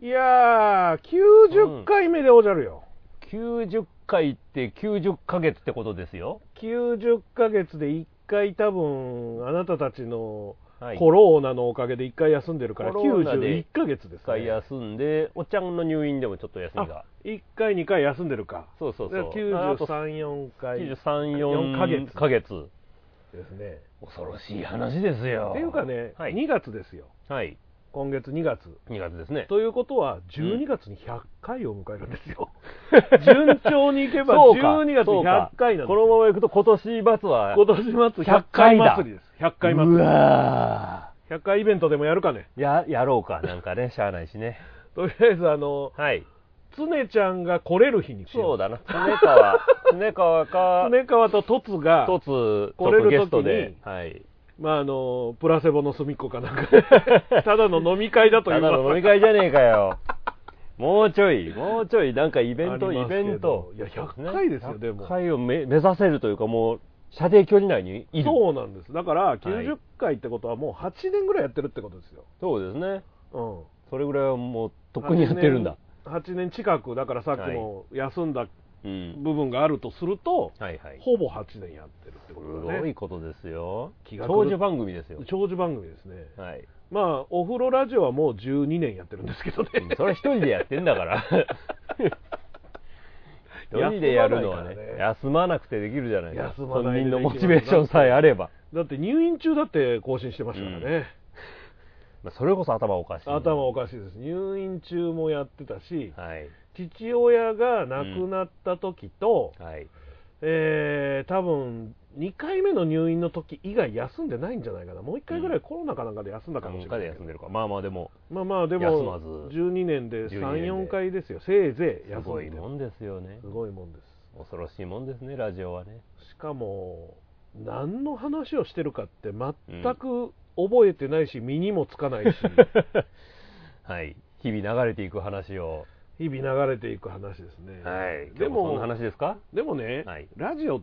いやー、90回目でおじゃるよ。 90回って90ヶ月ってことですよ。 90ヶ月で1回多分、あなたたちのコロナのおかげで1回休んでるから、91ヶ月ですね。 1回休んで、おっちゃんの入院でもちょっと休みが。 1回、2回休んでるか。 そうそうそう。 93、4回。 93、4ヶ月。 ですね。 恐ろしい話ですよ。 っていうかね、2月ですよ。 はい。 今月2月。 2月ですね。 ということは、12月に100回を迎えるんですよ。順調にいけば12月100回なんですよ。 このままいくと今年末は今年末100回祭りです。100回祭り。 うわー。100回イベントでもやるかね。 やろうか。なんかね、しゃあないしね。 とりあえずはい。 つねちゃんが来れる日にしよう。 そうだな。常川か。 常川とトツが来れるゲスト時に、 で。はい。 まあプラセボの隅っこかなんかただの飲み会だというただの飲み会じゃねえかよ。もうちょい、なんかイベント。いや、 100回ですよ、でも。 100回を目指せるというか、もう、射程距離内にいる。 そうなんです。だから、90回ってことはもう8年ぐらいやってるってことですよ。 そうですね。 うん。 それぐらいはもう、とっくにやってるんだ。 8年近く、だからさっきも休んだ部分があるとすると、ほぼ8年やってるってことだね。 すごいことですよ。長寿番組ですよ。 長寿番組ですね。 はい。 まあ、お風呂ラジオはもう12年やってるんですけどね。 それは一人でやってんだから。一人でやるのはね、休まなくてできるじゃないですか。本人のモチベーションさえあれば。 だって入院中だって更新してましたからね。 それこそ頭おかしい。 頭おかしいです。入院中もやってたし、父親が亡くなった時と、多分2回目の入院の時以外休んでないんじゃないかな。もう1回ぐらいコロナかなんかで休んだかもしれない。 で休んでるか。まあでも 12年で3、4回ですよ。せいぜい休んでる。 すごいもんですよね。 すごいもんです。 恐ろしいもんですね、ラジオはね。 しかも何の話をしてるかって全く覚えてないし、身にもつかないしはい、日々流れていく話を。 日々流れていく話ですね。 はい。でもそんな話ですか？ でもね、ラジオって、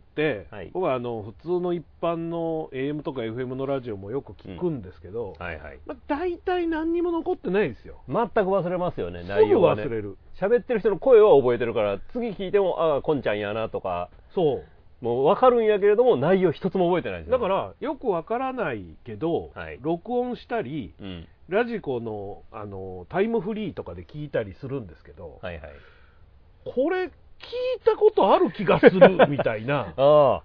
僕は普通の一般の AM とか FM のラジオもよく聞くんですけど、大体何にも残ってないですよ。 全く忘れますよね、内容はね。 すぐ忘れる。 喋ってる人の声は覚えてるから、次聞いても、ああ、こんちゃんやなとか、 そう。 もう分かるんやけれども、内容一つも覚えてないですよ。 だから、よく分からないけど、録音したり、ラジコの、タイムフリーとかで聞いたりするんですけど、これ聞いたことある気がするみたいな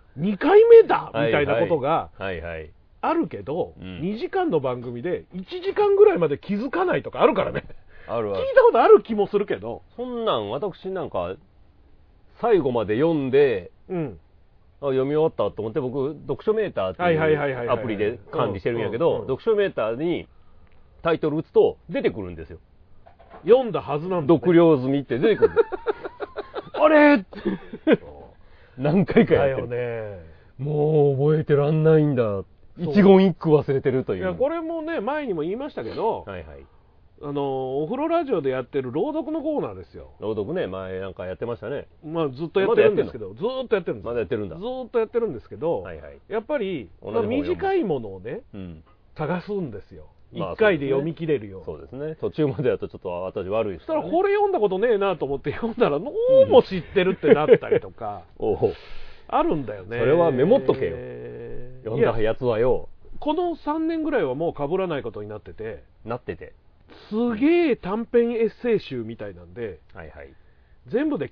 2回目だみたいなことがあるけど、2時間の番組で1時間ぐらいまで気づかないとかあるからね。聞いたことある気もするけど、 そんなん私なんか最後まで読んで、読み終わったと思って、僕読書メーターっていうアプリで管理してるんやけど、読書メーターにタイトル打つと出てくるんですよ。 読んだはずなんだ、ね、 読了済みって出てくるあれ何回かやってる。 だよね。 もう覚えてらんないんだ。一言一句忘れてるという。 いや、これもね、前にも言いましたけど、お風呂ラジオでやってる朗読のコーナーですよ。 朗読ね、前なんかやってましたね。 まあずっとやってるんですけど、ずっとやってるんです。 まだやってるんだ。 ずっとやってるんですけど、やっぱり、短いものをね、探すんですよ。1回で読み切れるよ。 そうですね。途中までだとちょっと私悪いです。 そしたらこれ読んだことねえなと思って読んだら、どうも知ってるってなったりとか、あるんだよね。 それはメモっとけよ。読んだやつはよ。 この3年ぐらいはもう被らないことになってて。 すげえ短編エッセイ集みたいなんで、全部で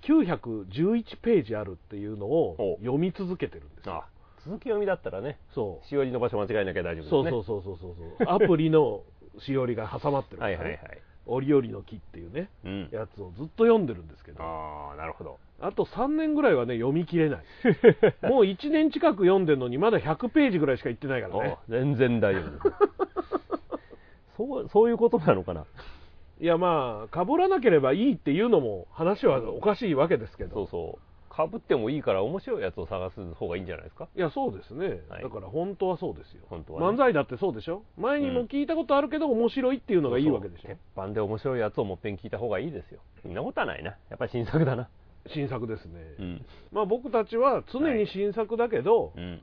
911ページあるっていうのを読み続けてるんですよ。 続き読みだったらね、しおりの場所間違えなきゃ大丈夫ですね。 そうアプリのしおりが挟まってるからね。折々の木っていうね、やつをずっと読んでるんですけど。 なるほど。 あと3年ぐらいはね、読み切れない。もう1年近く読んでるのにまだ100ページぐらいしか言ってないからね。 全然大丈夫です。そういうことなのかな。 いや、まあ被らなければいいっていうのも話はおかしいわけですけど。 被ってもいいから面白いやつを探す方がいいんじゃないですか。 いや、そうですね。だから本当はそうですよ。漫才だってそうでしょ。前にも聞いたことあるけど面白いっていうのがいいわけでしょ。 鉄板で面白いやつをもっぺん聞いた方がいいですよ。そんなことはないな。やっぱり新作だな。 新作ですね。まあ僕たちは常に新作だけど、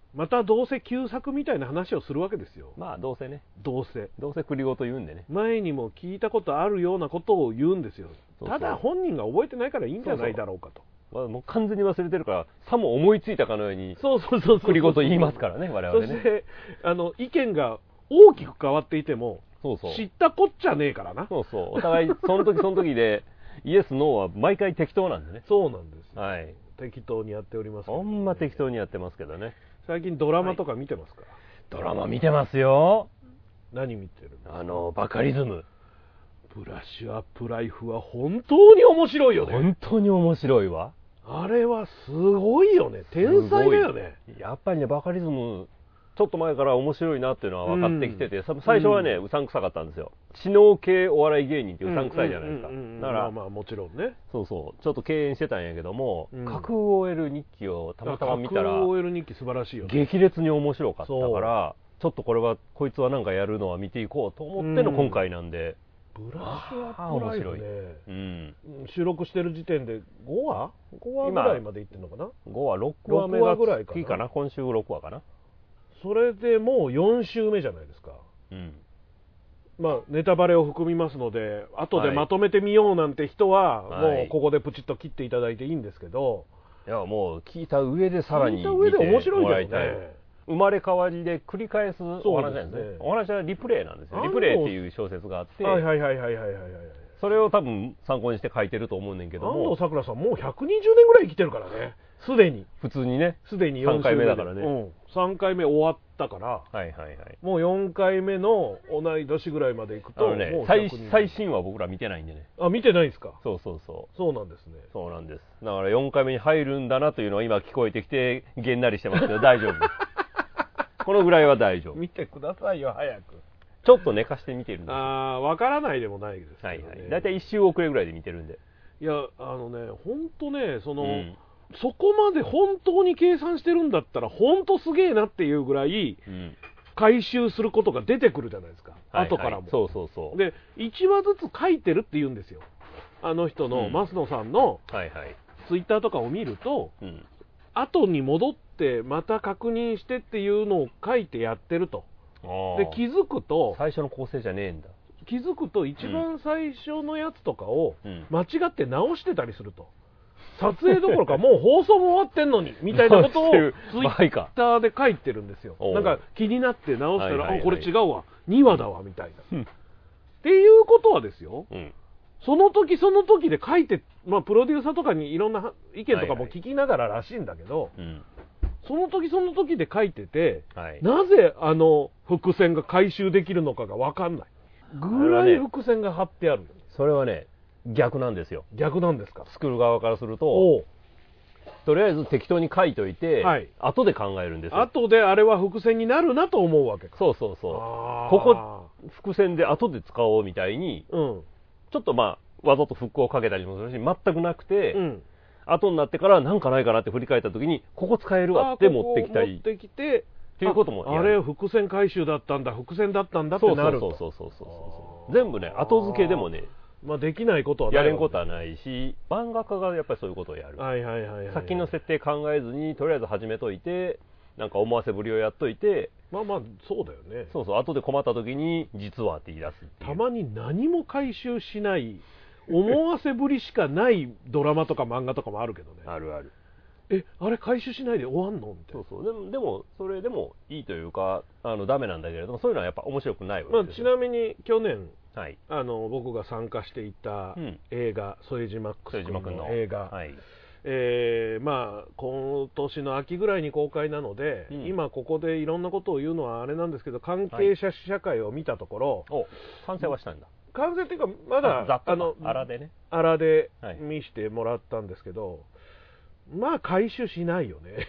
またどうせ旧作みたいな話をするわけですよ。 まあどうせね、 どうせ繰りごと言うんでね。 前にも聞いたことあるようなことを言うんですよ。ただ本人が覚えてないからいいんじゃないだろうかと。 まあ、もう完全に忘れてるから、さも思いついたかのように繰りごと言いますからね、我々ね。 そして意見が大きく変わっていても、知ったこっちゃねえからな。 そうそう、お互いその時でイエスノーは毎回適当なんでね。 そうなんです。 はい。 適当にやっておりますけど、 ほんま適当にやってますけどね。 最近ドラマとか見てますか？ ドラマ見てますよ。 何見てるの？バカリズム。 ブラッシュアップライフは本当に面白いよね。 本当に面白いわ。 あれはすごいよね。天才だよね。 やっぱりね、バカリズムちょっと前から面白いなっていうのは分かってきてて、最初はね、うさんくさかったんですよ。知能系お笑い芸人ってうさんくさいじゃないですか。だからまあもちろんね。 そうそう、ちょっと敬遠してたんやけども、架空 OL 日記をたまたま見たら、 架空 OL 日記素晴らしいよね。 激烈に面白かったから、ちょっとこいつはなんかやるのは見ていこうと思っての今回なんで。 ブラッシュアップライフね、収録してる時点で5話ぐらいまでいってるのかな。 5話6話目が月かな。今週6話かな。 それでもう4週目じゃないですか。まあネタバレを含みますので、後でまとめてみようなんて人はもうここでプチッと切っていただいていいんですけど、 いやもう聞いた上でさらに見てもらいたい。生まれ変わりで繰り返すお話なんですね。お話はリプレイなんですよ。リプレイっていう小説があって、それを多分参考にして書いてると思うねんけども、 安藤サクラさんもう120年ぐらい生きてるからね。すでに普通にね、 すでに 3回目だからね、 3回目終わったから、もう4回目の同い年ぐらいまでいくと、 最新話僕ら見てないんでね。 あ、見てないですか。 そうなんですね。 そうなんです。だから4回目に入るんだなというのは今聞こえてきてげんなりしてますけど大丈夫です。このぐらいは大丈夫。 見てくださいよ、早く。 ちょっと寝かして見てるんです。 わからないでもないですけどね。 だいたい1週遅れぐらいで見てるんで。 いや、本当ね、そこまで本当に計算してるんだったら本当すげえなっていうぐらい回収することが出てくるじゃないですか、後からも。で、1話ずつ書いてるって言うんですよ。あの人の、増野さんのツイッターとかを見ると、後に戻ってまた確認してっていうのを書いてやってると。で、気づくと、 最初の構成じゃねえんだ。 気づくと一番最初のやつとかを間違って直してたりすると。撮影どころかもう放送も終わってんのにみたいなことをツイッターで書いてるんですよ。なんか気になって直したら、これ違うわ、2話だわみたいな。っていうことはですよ、その時その時で書いて、まあプロデューサーとかにいろんな意見とかも聞きながららしいんだけど、その時その時で書いてて、なぜ伏線が回収できるのかが分かんないぐらい伏線が貼ってある。 それはね、逆なんですよ。 逆なんですか。 作る側からすると、とりあえず適当に書いといて、後で考えるんですよ。 後であれは伏線になるなと思うわけか。 ここ伏線で後で使おうみたいに、ちょっとまあわざとフックをかけたりもするし、全くなくて、後になってからなんかないかなって振り返った時に、ここ使えるわって持ってきたりっていうこともあれ伏線回収だったんだ、伏線だったんだってなる。 全部ね、後付けでもね、 まあできないことはない、 やれんことはないし、漫画家がやっぱりそういうことをやる。先の設定考えずにとりあえず始めといて、なんか思わせぶりをやっといて、 まあそうだよね。 後で困った時に実はって言い出すっていう。 たまに何も回収しない思わせぶりしかないドラマとか漫画とかもあるけどね。 あるある。 あれ回収しないで終わんのみたいな。でもそれでもいいというか、ダメなんだけれども、そういうのはやっぱ面白くないわけですよ。 ちなみに去年、僕が参加していた映画、副島君の映画、まあ今年の秋ぐらいに公開なので、今ここでいろんなことを言うのはあれなんですけど、関係者試写会を見たところ、 完成はしたんだ。 完成っていうかまだ荒で見してもらったんですけど、まあ回収しないよね。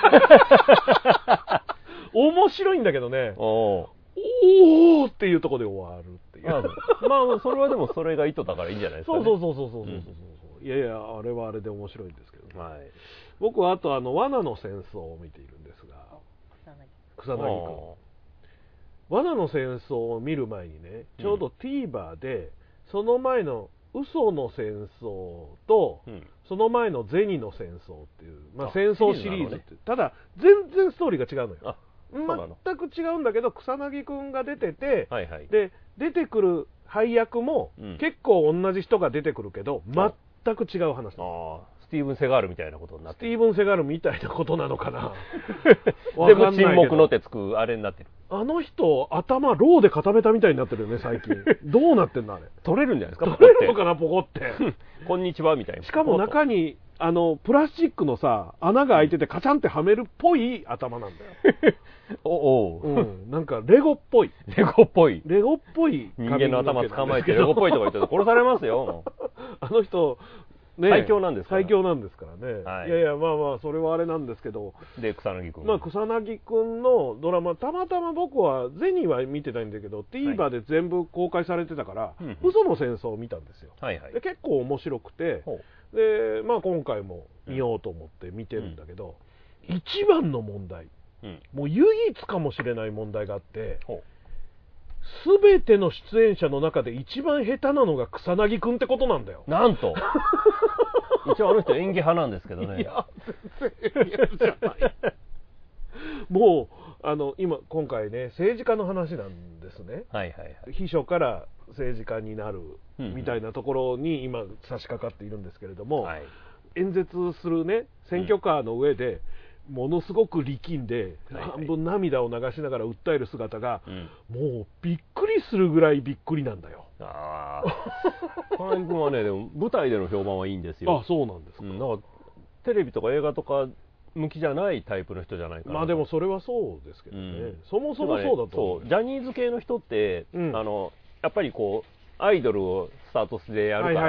面白いんだけどね。おーっていうところで終わるっていう。 まあそれはでもそれが意図だからいいんじゃないですかね。 いやいや、あれはあれで面白いんですけど、僕はあと罠の戦争を見ているんですが、草薙君、罠の戦争を見る前にね、ちょうど TVer でその前の嘘の戦争と、その前の銭の戦争っていう、戦争シリーズって、ただ全然ストーリーが違うのよ。全く違うんだけど、草薙くんが出てて、で出てくる配役も、結構同じ人が出てくるけど全く違う話なの。 スティーブン・セガールみたいなことになってる。 スティーブン・セガールみたいなことなのかな。 でも沈黙の手つくあれになってる。 あの人頭ローで固めたみたいになってるよね最近。どうなってんのあれ。 取れるんじゃないですか。 取れるのかなポコって。 こんにちはみたいな。 しかも中にプラスチックのさ穴が開いててカチャンってはめるっぽい頭なんだよ。なんかレゴっぽい。 レゴっぽい。 レゴっぽい。 人間の頭捕まえてレゴっぽいとか言って殺されますよ。 あの人。 最強なんですから。 最強なんですからね。いやいや、それはあれなんですけど。 で、草薙くん。 草薙くんのドラマ、たまたま僕は、銭は見てないんだけど、TVer で全部公開されてたから、嘘の戦争を見たんですよ。で結構面白くて、で、今回も見ようと思って見てるんだけど、一番の問題、もう唯一かもしれない問題があって、すべての出演者の中で一番下手なのが草薙くんってことなんだよ。 なんと一応あの人演技派なんですけどね。 いや全然演技じゃない。もう今回ね政治家の話なんですね。秘書から政治家になるみたいなところに今差し掛かっているんですけれども、演説するね選挙カーの上で、ものすごく力んで半分涙を流しながら訴える姿が、もうびっくりするぐらいびっくりなんだよ。 草薙君はね、でも舞台での評判はいいんですよ。 そうなんですか。 なんかテレビとか映画とか向きじゃないタイプの人じゃないかな。 でもそれはそうですけどね、そもそもそうだと思う。 ジャニーズ系の人って、やっぱりこうアイドルをスタートでやるから、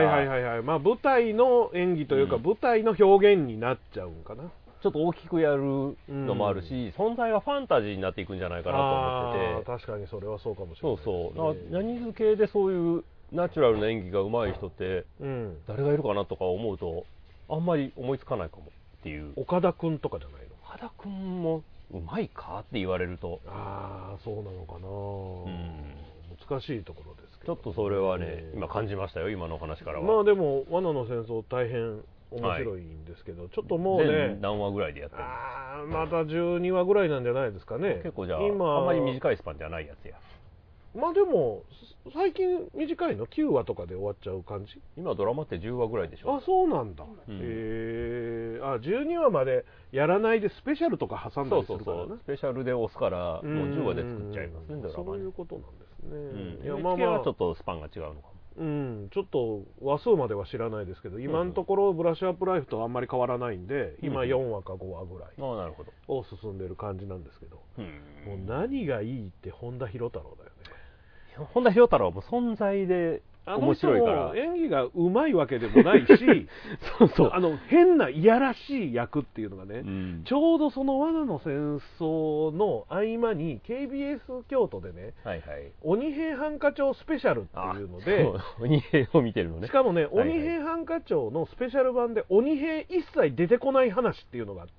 舞台の演技というか、舞台の表現になっちゃうんかな。 ちょっと大きくやるのもあるし、存在がファンタジーになっていくんじゃないかなと思ってて。 確かにそれはそうかもしれない、 ジャニーズ系でそういうナチュラルな演技が上手い人って、誰がいるかなとか思うとあんまり思いつかないかもっていう。 岡田君とかじゃないの。 岡田君もうまいかって言われると、 そうなのかな、難しいところですけど、 ちょっとそれはね今感じましたよ、今の話からは。 でも罠の戦争大変面白いんですけど、ちょっともうね何話ぐらいでやってるの。また12話ぐらいなんじゃないですかね。 結構じゃああんまり短いスパンじゃないやつや。 でも最近短いの9話とかで終わっちゃう感じ。 今ドラマって10話ぐらいでしょ。 そうなんだ。12話までやらないでスペシャルとか挟んだりするからね。 スペシャルで押すからもう10話で作っちゃいますね、ドラマ。 そういうことなんですね。 NHK はちょっとスパンが違うのかも。 ちょっと話数までは知らないですけど、今のところブラッシュアップライフとあんまり変わらないんで、今4話か5話ぐらいを進んでる感じなんですけど、もう何がいいって本田博太郎だよね。 本田博太郎はもう存在で面白いから。 演技がうまいわけでもないし変ないやらしい役っていうのがね、ちょうどその罠の戦争の合間に KBS 京都でね、鬼平犯科帳スペシャルっていうので、 鬼平を見てるのね。 しかもね、鬼平犯科帳のスペシャル版で鬼平一切出てこない話っていうのがあって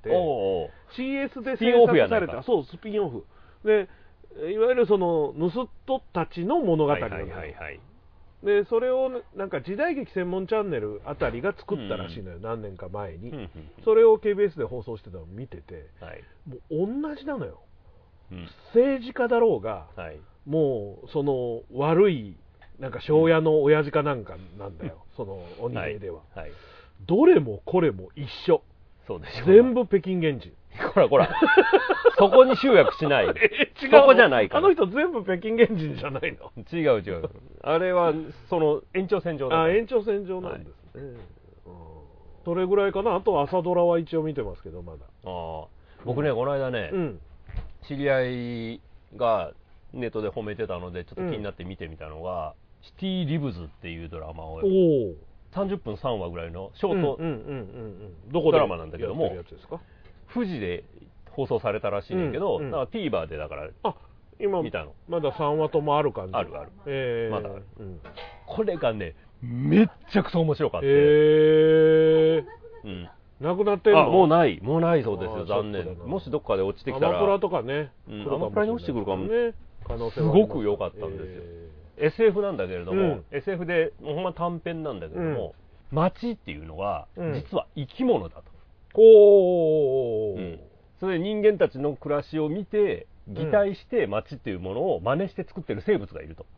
、CS で制作されたスピンオフで、いわゆるその盗人たちの物語なんですよ。でそれをなんか時代劇専門チャンネルあたりが作ったらしいのよ、何年か前に。それを KBS で放送してたのを見てて、もう同じなのよ。政治家だろうが、もうその悪いなんか庄屋の親父かなんかなんだよ、その鬼平では。どれもこれも一緒。 そうでしょ。 全部北京原人。 こらそこに集約しない。そこじゃないから。 あの人全部北京原人じゃないの。 違うあれはその延長線上だ。 延長線上なんですね。それぐらいかな。あとは朝ドラは一応見てますけど、まだ。 僕ね、この間ね、知り合いがネットで褒めてたのでちょっと気になって見てみたのが、シティリブズっていうドラマを30分3話ぐらいのショートドラマなんだけども、富士で放送されたらしいんだけど、TVer でだから今見たの。まだ3話ともある感じ。 あるまだある。これがねめっちゃくちゃ面白かった。 なくなってんの？ もうないそうですよ、残念。もしどっかで落ちてきたら、 アマプラとかね、 アマプラに落ちてくるかもね。すごく良かったんですよ。 SF なんだけれども、SF でほんま短編なんだけれども、街っていうのが実は生き物だと。それで人間たちの暮らしを見て擬態して街っていうものを真似して作ってる生物がいると。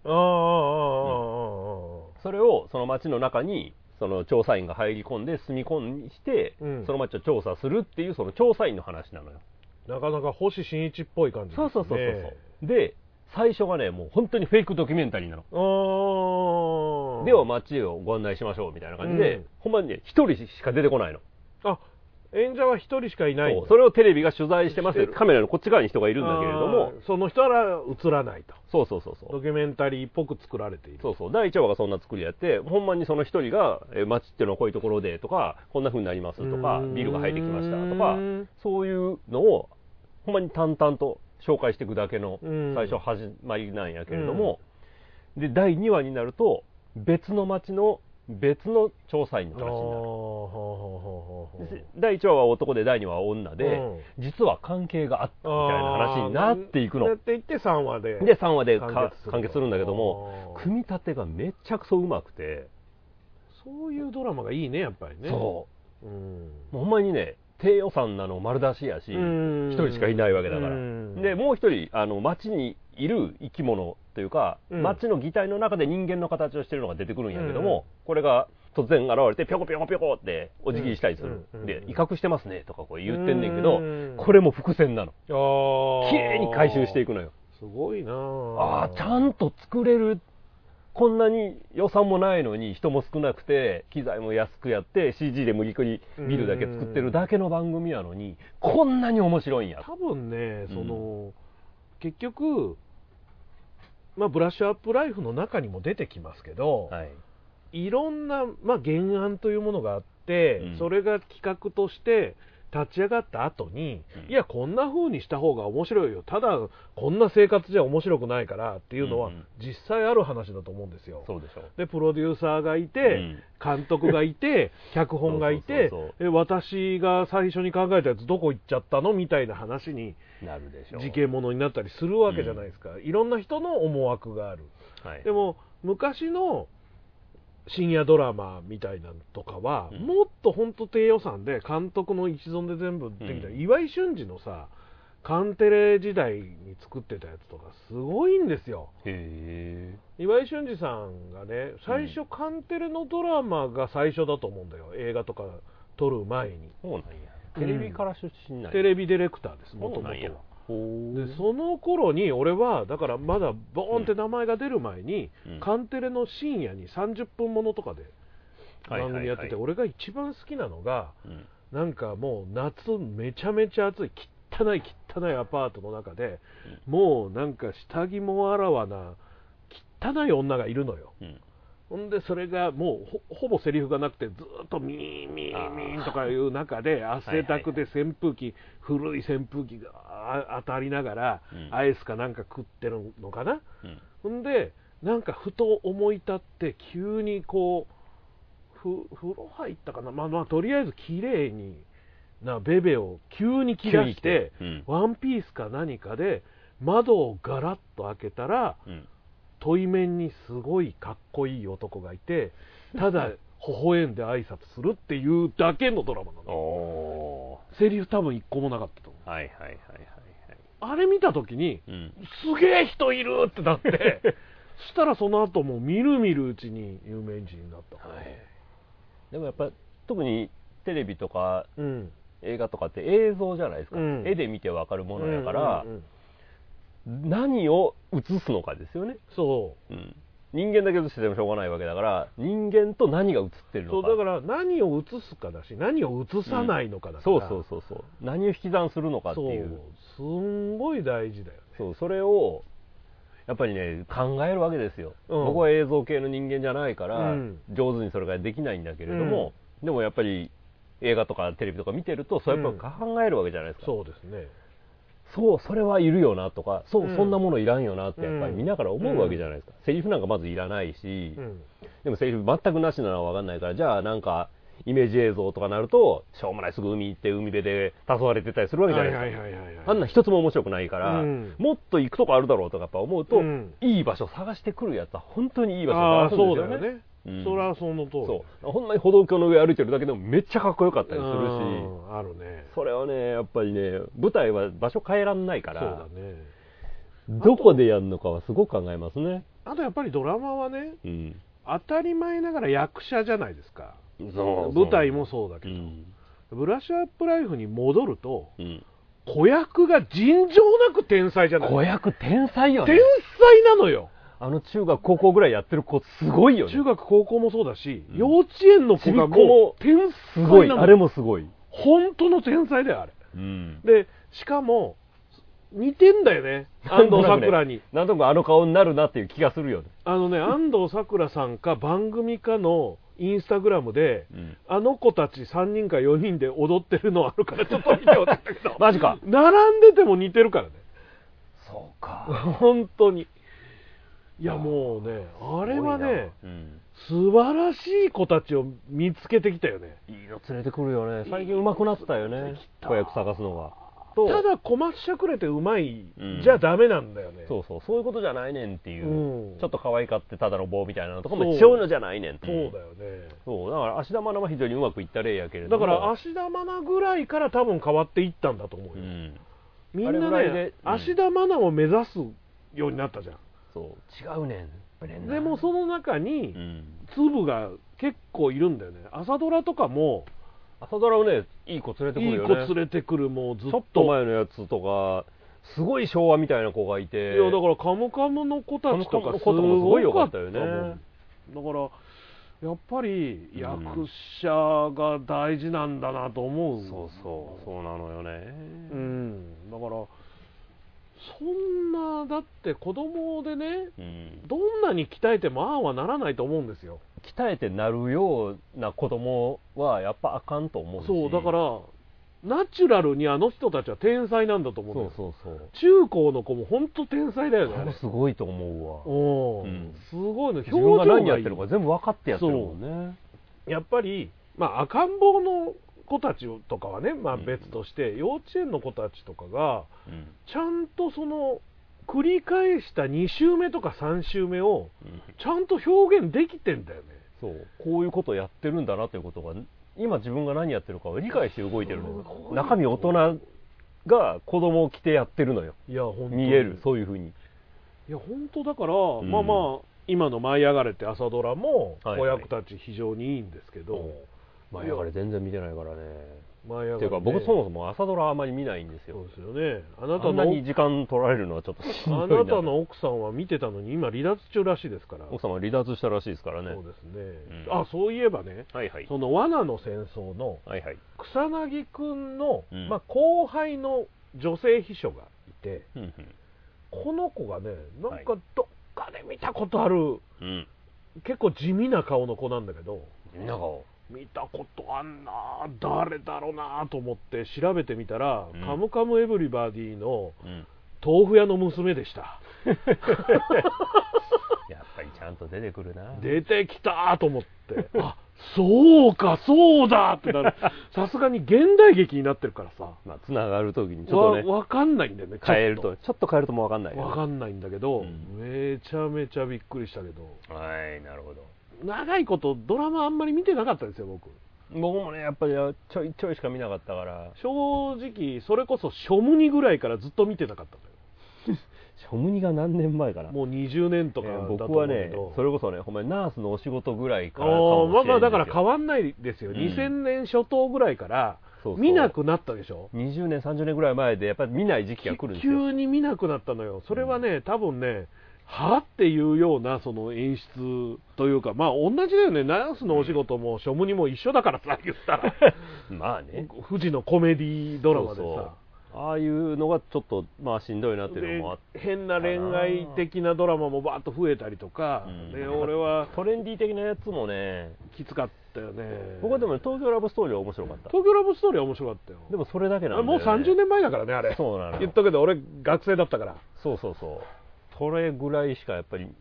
それをその街の中にその調査員が入り込んで住み込んして、その街を調査するっていうその調査員の話なのよ。 なかなか星新一っぽい感じですね。 そうで最初がねもう本当にフェイクドキュメンタリーなの。では街をご案内しましょうみたいな感じで、ほんまにね一人しか出てこないの。 演者は一人しかいない。 それをテレビが取材してます。カメラのこっち側に人がいるんだけれども、 その人は映らないと。 そうドキュメンタリーっぽく作られている。 第1話がそんな作りやって、ほんまにその一人が街っていうのはこういうところでとか、こんな風になりますとか、ビルが入ってきましたとか、そういうのをほんまに淡々と紹介していくだけの最初始まりなんやけれども、で第2話になると別の街の別の調査員の話になる。第1話は男で第2話は女で、実は関係があったみたいな話になっていくの。 なっていって3話で完結するんだけども、組み立てがめちゃくそうまくて、 そういうドラマがいいねやっぱりね。 もうほんまにね低予算なの丸出しやし、一人しかいないわけだから。でもう一人街にいる生き物というか、街の擬態の中で人間の形をしてるのが出てくるんやけども、これが突然現れてピョコピョコピョコってお辞儀したりする。で威嚇してますねとかこう言ってんねんけど、これも伏線なの。綺麗に回収していくのよ。 すごいなちゃんと作れる。こんなに予算もないのに人も少なくて機材も安くやって CG で無理くりビルだけ作ってるだけの番組やのにこんなに面白いんや。 多分ね結局ブラッシュアップライフの中にも出てきますけど、いろんな原案というものがあって、それが企画として立ち上がった後に、いやこんな風にした方が面白いよ、ただこんな生活じゃ面白くないからっていうのは実際ある話だと思うんですよ。 そうでしょ。 でプロデューサーがいて、監督がいて脚本がいて、私が最初に考えたやつどこ行っちゃったのみたいな話になるでしょう。 事件ものになったりするわけじゃないですか。いろんな人の思惑がある。でも昔の深夜ドラマみたいなのとかは、もっと本当低予算で監督の一存で全部できた、岩井俊二のさカンテレ時代に作ってたやつとかすごいんですよ。岩井俊二さんがね最初、カンテレのドラマが最初だと思うんだよ、映画とか撮る前に。 そうなんや。テレビから出身なんや。 テレビディレクターです、もともと。でその頃に俺はだからまだボーンって名前が出る前に、カンテレの深夜に30分ものとかで番組やってて、俺が一番好きなのが、なんかもう夏めちゃめちゃ暑い汚いアパートの中で、もうなんか下着もあらわな汚い女がいるのよ。ほんでそれがもう ほぼセリフがなくてずっとミーミーミーとかいう中で汗だくで扇風機、古い扇風機が当たりながらアイスかなんか食ってるのかな。ほんでなんかふと思い立って急にこう風呂入ったかな、とりあえず綺麗になベベを急に着出して、ワンピースか何かで窓をガラッと開けたら、対面にすごいかっこいい男がいて、ただ微笑んで挨拶するっていうだけのドラマなの。セリフ多分一個もなかったと思う。あれ見た時に、すげえ人いるってなってそしたらその後もうみるみるうちに有名人になった。 でもやっぱ特にテレビとか、映画とかって映像じゃないですか、絵で見てわかるものやから、何を映すのかですよね。人間だけ映しててもしょうがないわけだから、人間と何が映ってるのか。 だから何を映すかだし、何を映さないのかだから、 何を引き算するのかっていう、 すんごい大事だよね。 それをやっぱりね考えるわけですよ。僕は映像系の人間じゃないから、上手にそれができないんだけれども、でもやっぱり映画とかテレビとか見てるとそうやっぱ考えるわけじゃないですか。 そうですね。 それはいるよなとか、そんなものいらんよなってやっぱり見ながら思うわけじゃないですか。セリフなんかまずいらないし、でもセリフ全くなしなのは分かんないから、じゃあなんかイメージ映像とかなると、しょうもないすぐ海行って海辺で黄昏れてたりするわけじゃないですか。あんな一つも面白くないから、もっと行くとこあるだろうとかやっぱ思うと、いい場所探してくるやつは本当にいい場所探すんですよね。 そうだよね。それはその通り。 そう。ほんまに歩道橋の上歩いてるだけでもめっちゃかっこよかったりするし、 あるね。 それはね、やっぱりね、舞台は場所変えらんないから、 そうだね。 どこでやるのかはすごく考えますね。 あとやっぱりドラマはね、当たり前ながら役者じゃないですか。舞台もそうだけど、ブラッシュアップライフに戻ると、子役が尋常なく天才じゃない。 子役天才よね。 天才なのよ。 中学高校ぐらいやってる子すごいよね。 中学高校もそうだし、幼稚園の子がもう天才なの。 すごい、あれもすごい。 本当の天才だよあれ。でしかも似てんだよね、安藤サクラに。 なんとなくあの顔になるなっていう気がするよね。 安藤サクラさんか番組かのインスタグラムで、あの子たち3人か4人で踊ってるのあるからちょっと見てほしいんだけどマジか。 並んでても似てるからね。 そうか。 本当に。いやもうね、あれはね、素晴らしい子たちを見つけてきたよね。 いいの連れてくるよね。最近上手くなったよね、子役探すのが。 ただ小松しゃくれてうまいじゃダメなんだよね。 そういうことじゃないねんっていう、ちょっと可愛かってただの棒みたいなのとかもそういうのじゃないねんっていう。 そうだよね。 そうだから芦田愛菜は非常にうまくいった例やけれども、 だから芦田愛菜ぐらいから多分変わっていったんだと思うよ。みんなね、芦田愛菜を目指すようになったじゃん。 そう違うねん。 でもその中に粒が結構いるんだよね。朝ドラとかも。 朝ドラをね、いい子連れてくるよね。 いい子連れてくる、もうずっと。 ちょっと前のやつとか、すごい昭和みたいな子がいて。 いや、だからカムカムの子たちとかすごい良かったよね。だから、やっぱり役者が大事なんだなと思う。 そうなのよね。 だから、そんな、だって子供でね、どんなに鍛えてもああはならないと思うんですよ。 鍛えてなるような子供はやっぱあかんと思うし。 そうだからナチュラルにあの人たちは天才なんだと思うんですよ。中高の子も本当天才だよね。あれすごいと思うわ。 すごいの。 自分が何やってるか全部分かってやってるもんね。 やっぱり赤ん坊の子たちとかはね、別として、幼稚園の子たちとかがちゃんとその繰り返した2週目とか3週目をちゃんと表現できてんだよね。 こういうことをやってるんだなということが、今自分が何やってるかを理解して動いてるのよ。中身大人が子供を着てやってるのよ。 いや本当見える、そういうふうに。 いや本当だから、今の「舞い上がれ」って朝ドラも子役たち非常にいいんですけど、 舞い上がれ全然見てないからね。 っていうか僕そもそも朝ドラあまり見ないんですよ。 そうですよね。 あんなに時間取られるのはちょっとしんどいな。 あなたの奥さんは見てたのに今離脱中らしいですから。 奥さんは離脱したらしいですからね。 そうですね。そういえばね、その罠の戦争の草薙くんの後輩の女性秘書がいて、この子がね、なんかどっかで見たことある、結構地味な顔の子なんだけど、 地味な顔見たことあんな、誰だろうなと思って調べてみたら、カムカムエヴリバディの豆腐屋の娘でした。 やっぱりちゃんと出てくるな。 出てきたと思って、そうかそうだってなる。さすがに現代劇になってるからさ、 つながるときにちょっとね、 分かんないんだよね。 ちょっと変えるとも分かんない。 分かんないんだけど、めちゃめちゃびっくりしたけど。 なるほど。 長いことドラマあんまり見てなかったですよ、僕もね、やっぱりちょいちょいしか見なかったから。 正直それこそショムニぐらいからずっと見てなかったのよ。 ショムニが何年前かな。 もう20年とかだと思うけど、 僕はね、それこそね、ほんまにナースのお仕事ぐらいからかもしれないんですよ。 だから変わんないですよ。2000年初頭ぐらいから見なくなったでしょ。 20年30年ぐらい前でやっぱり見ない時期が来るんですよ。 急に見なくなったのよ。それはね、多分ね、っていうようなその演出というか、同じだよね。ナースのお仕事もショムニも一緒だからさ、言ったら富士のコメディドラマでさ、 ああいうのがちょっとしんどいなっていうのもあって、 変な恋愛的なドラマもバーッと増えたりとか、俺はトレンディー的なやつもねきつかったよね。 僕はでも東京ラブストーリーは面白かった。 東京ラブストーリーは面白かったよ。 でもそれだけなんだよね。 もう30年前だからね、あれ。 そうなの。 言っとくけど俺学生だったから。 それぐらいしかやっぱり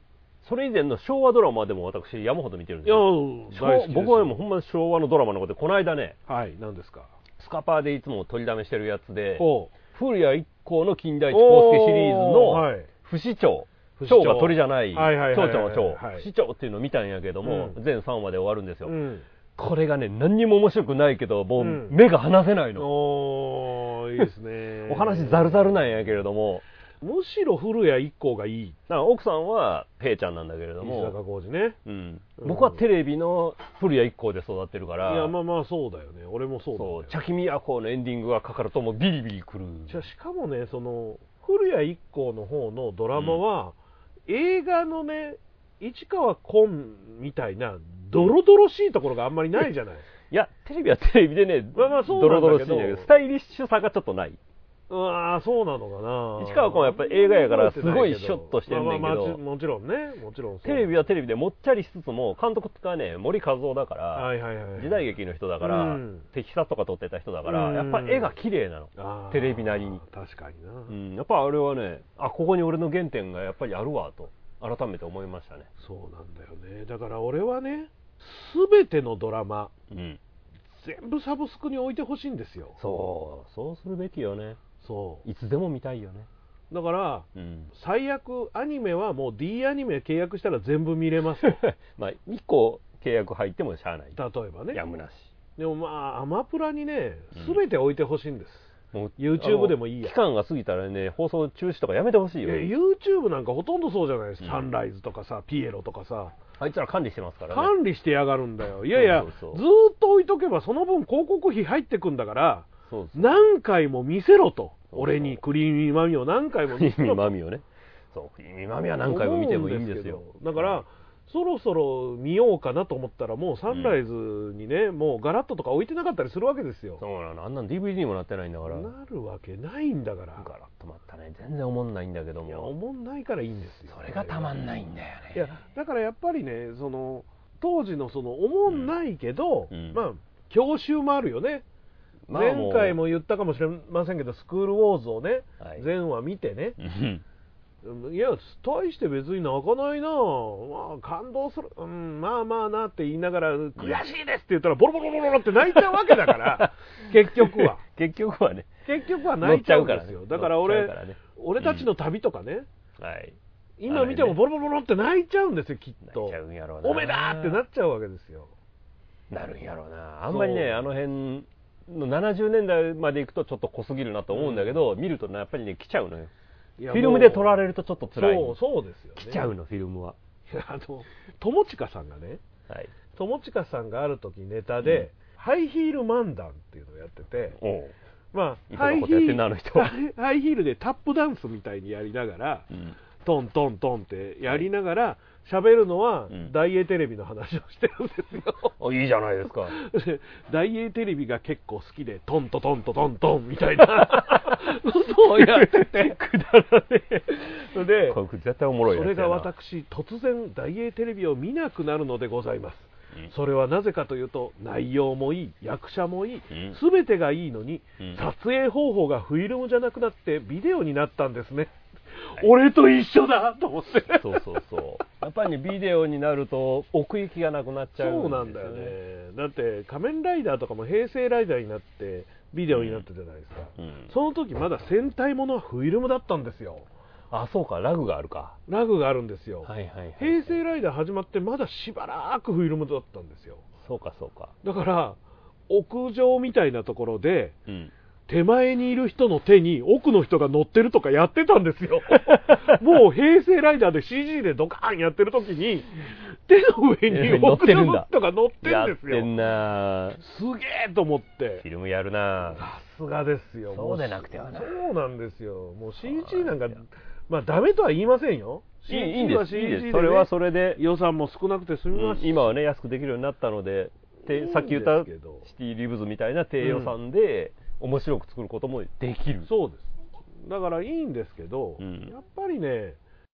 それ以前の昭和ドラマでも私山ほど見てるんですよ。 僕はもうほんま昭和のドラマのことでこの間ね、 はい、何ですか。 スカパーでいつも取りだめしてるやつで、古谷一行の金田一耕助シリーズの不死鳥、蝶が鳥じゃない蝶々の蝶、不死鳥っていうのを見たんやけども、全3話で終わるんですよ。これがね、何にも面白くないけど、もう目が離せないの。 いいですね。 お話ザルザルなんやけれども、 むしろ古谷一行がいい。 奥さんはペイちゃんなんだけれども、 石坂浩二ね。 僕はテレビの古谷一行で育ってるから。 いや、まあまあそうだよね。俺もそうだよ。 茶君都のエンディングがかかるともうビリビリくる。 しかもね、その古谷一行の方のドラマは、映画のね、市川崑みたいなドロドロしいところがあんまりないじゃない。 いや、テレビはテレビでね、ドロドロしいんだけど、スタイリッシュさがちょっとない。 そうなのかな。 市川君はやっぱり映画やからすごいシュッとしてるんだけど、 もちろんね、もちろんテレビはテレビでもっちゃりしつつも、監督がね、森和夫だから、時代劇の人だから、テキサスとか撮ってた人だから、やっぱ絵が綺麗なの、テレビなりに。 確かにな。 やっぱあれはね、ここに俺の原点がやっぱりあるわと改めて思いましたね。 そうなんだよね。だから俺はね、全てのドラマ、全部サブスクに置いてほしいんですよ。 そうするべきよね。いつでも見たいよね。 だから、最悪アニメはもう D アニメ契約したら全部見れますよ。 まあ1個契約入ってもしゃあない。 例えばね。 やむなし。 でもまあアマプラにね、全て置いてほしいんです。YouTube でもいいや。 期間が過ぎたらね、放送中止とかやめてほしいよ。 YouTube なんかほとんどそうじゃないですか。サンライズとかさ、ピエロとかさ。 あいつら管理してますからね。 管理してやがるんだよ。いやいや、ずーっと置いとけばその分広告費入ってくんだから、何回も見せろと。俺にクリーミーマミを何回も見せろと。 クリーミーマミをね。クリーミーマミは何回も見てもいいんですよ。 だから、そろそろ見ようかなと思ったら、もうサンライズにね、もうガラットとか置いてなかったりするわけですよ。 そうなの。あんなの DVD にもなってないんだから。 なるわけないんだから。 ガラッとまったね。全然おもんないんだけども。 いや、おもんないからいいんですよ。 それがたまんないんだよね。 いや、だからやっぱりね、その、当時のその、おもんないけど、まあ、郷愁もあるよね。前回も言ったかもしれませんけど、スクールウォーズをね、全話見てね、いや、大して別に泣かないな、まあ、感動する、まあまあなって言いながら、悔しいですって言ったら、ボロボロボロって泣いちゃうわけだから、結局は。 結局はね。 結局は泣いちゃうんですよ。だから俺たちの旅とかね、今見てもボロボロボロって泣いちゃうんですよ、きっと。 泣いちゃうんやろうな。 おめだってなっちゃうわけですよ。 なるんやろうな。あんまりね、あの辺の70年代まで行くとちょっと濃すぎるなと思うんだけど、見るとね、やっぱりね、来ちゃうのよ。フィルムで撮られるとちょっと辛い。 そうですよね。 来ちゃうの、フィルムは。 友近さんがね、友近さんがある時ネタで、ハイヒール漫談っていうのをやってて、まあ、ハイヒールでタップダンスみたいにやりながら、トントントンってやりながら、喋るのは大英テレビの話をしてるんですよ。 いいじゃないですか。 大英テレビが結構好きで、トントトントトントンみたいなことをやってて、くだらねえ。で、 絶対おもろいやつやな。 それが私、突然大英テレビを見なくなるのでございます。それはなぜかというと、内容もいい、役者もいい、全てがいいのに、撮影方法がフィルムじゃなくなってビデオになったんですね。俺と一緒だと思って。 そうやっぱりね、ビデオになると奥行きがなくなっちゃうんですよね。 そうなんだよね。だって仮面ライダーとかも平成ライダーになってビデオになったじゃないですか。その時まだ戦隊ものはフィルムだったんですよ。 そうか、ラグがあるか。 ラグがあるんですよ。平成ライダー始まってまだしばらくフィルムだったんですよ。 そうか。 だから屋上みたいなところで、手前にいる人の手に奥の人が乗ってるとかやってたんですよ。もう平成ライダーで CG でドカーンやってる時に手の上に奥の人が乗ってるんですよ。 やってんな。 すげえと思って。 フィルムやるな。 さすがですよ。 そうでなくてはな。 そうなんですよ。もう CG なんかまあダメとは言いませんよ。 いいんです。それはそれで予算も少なくて済みますし、 今はね安くできるようになったので、さっき言ったシティリブズみたいな低予算で面白く作ることもできる。 そうです。だからいいんですけど、やっぱりね、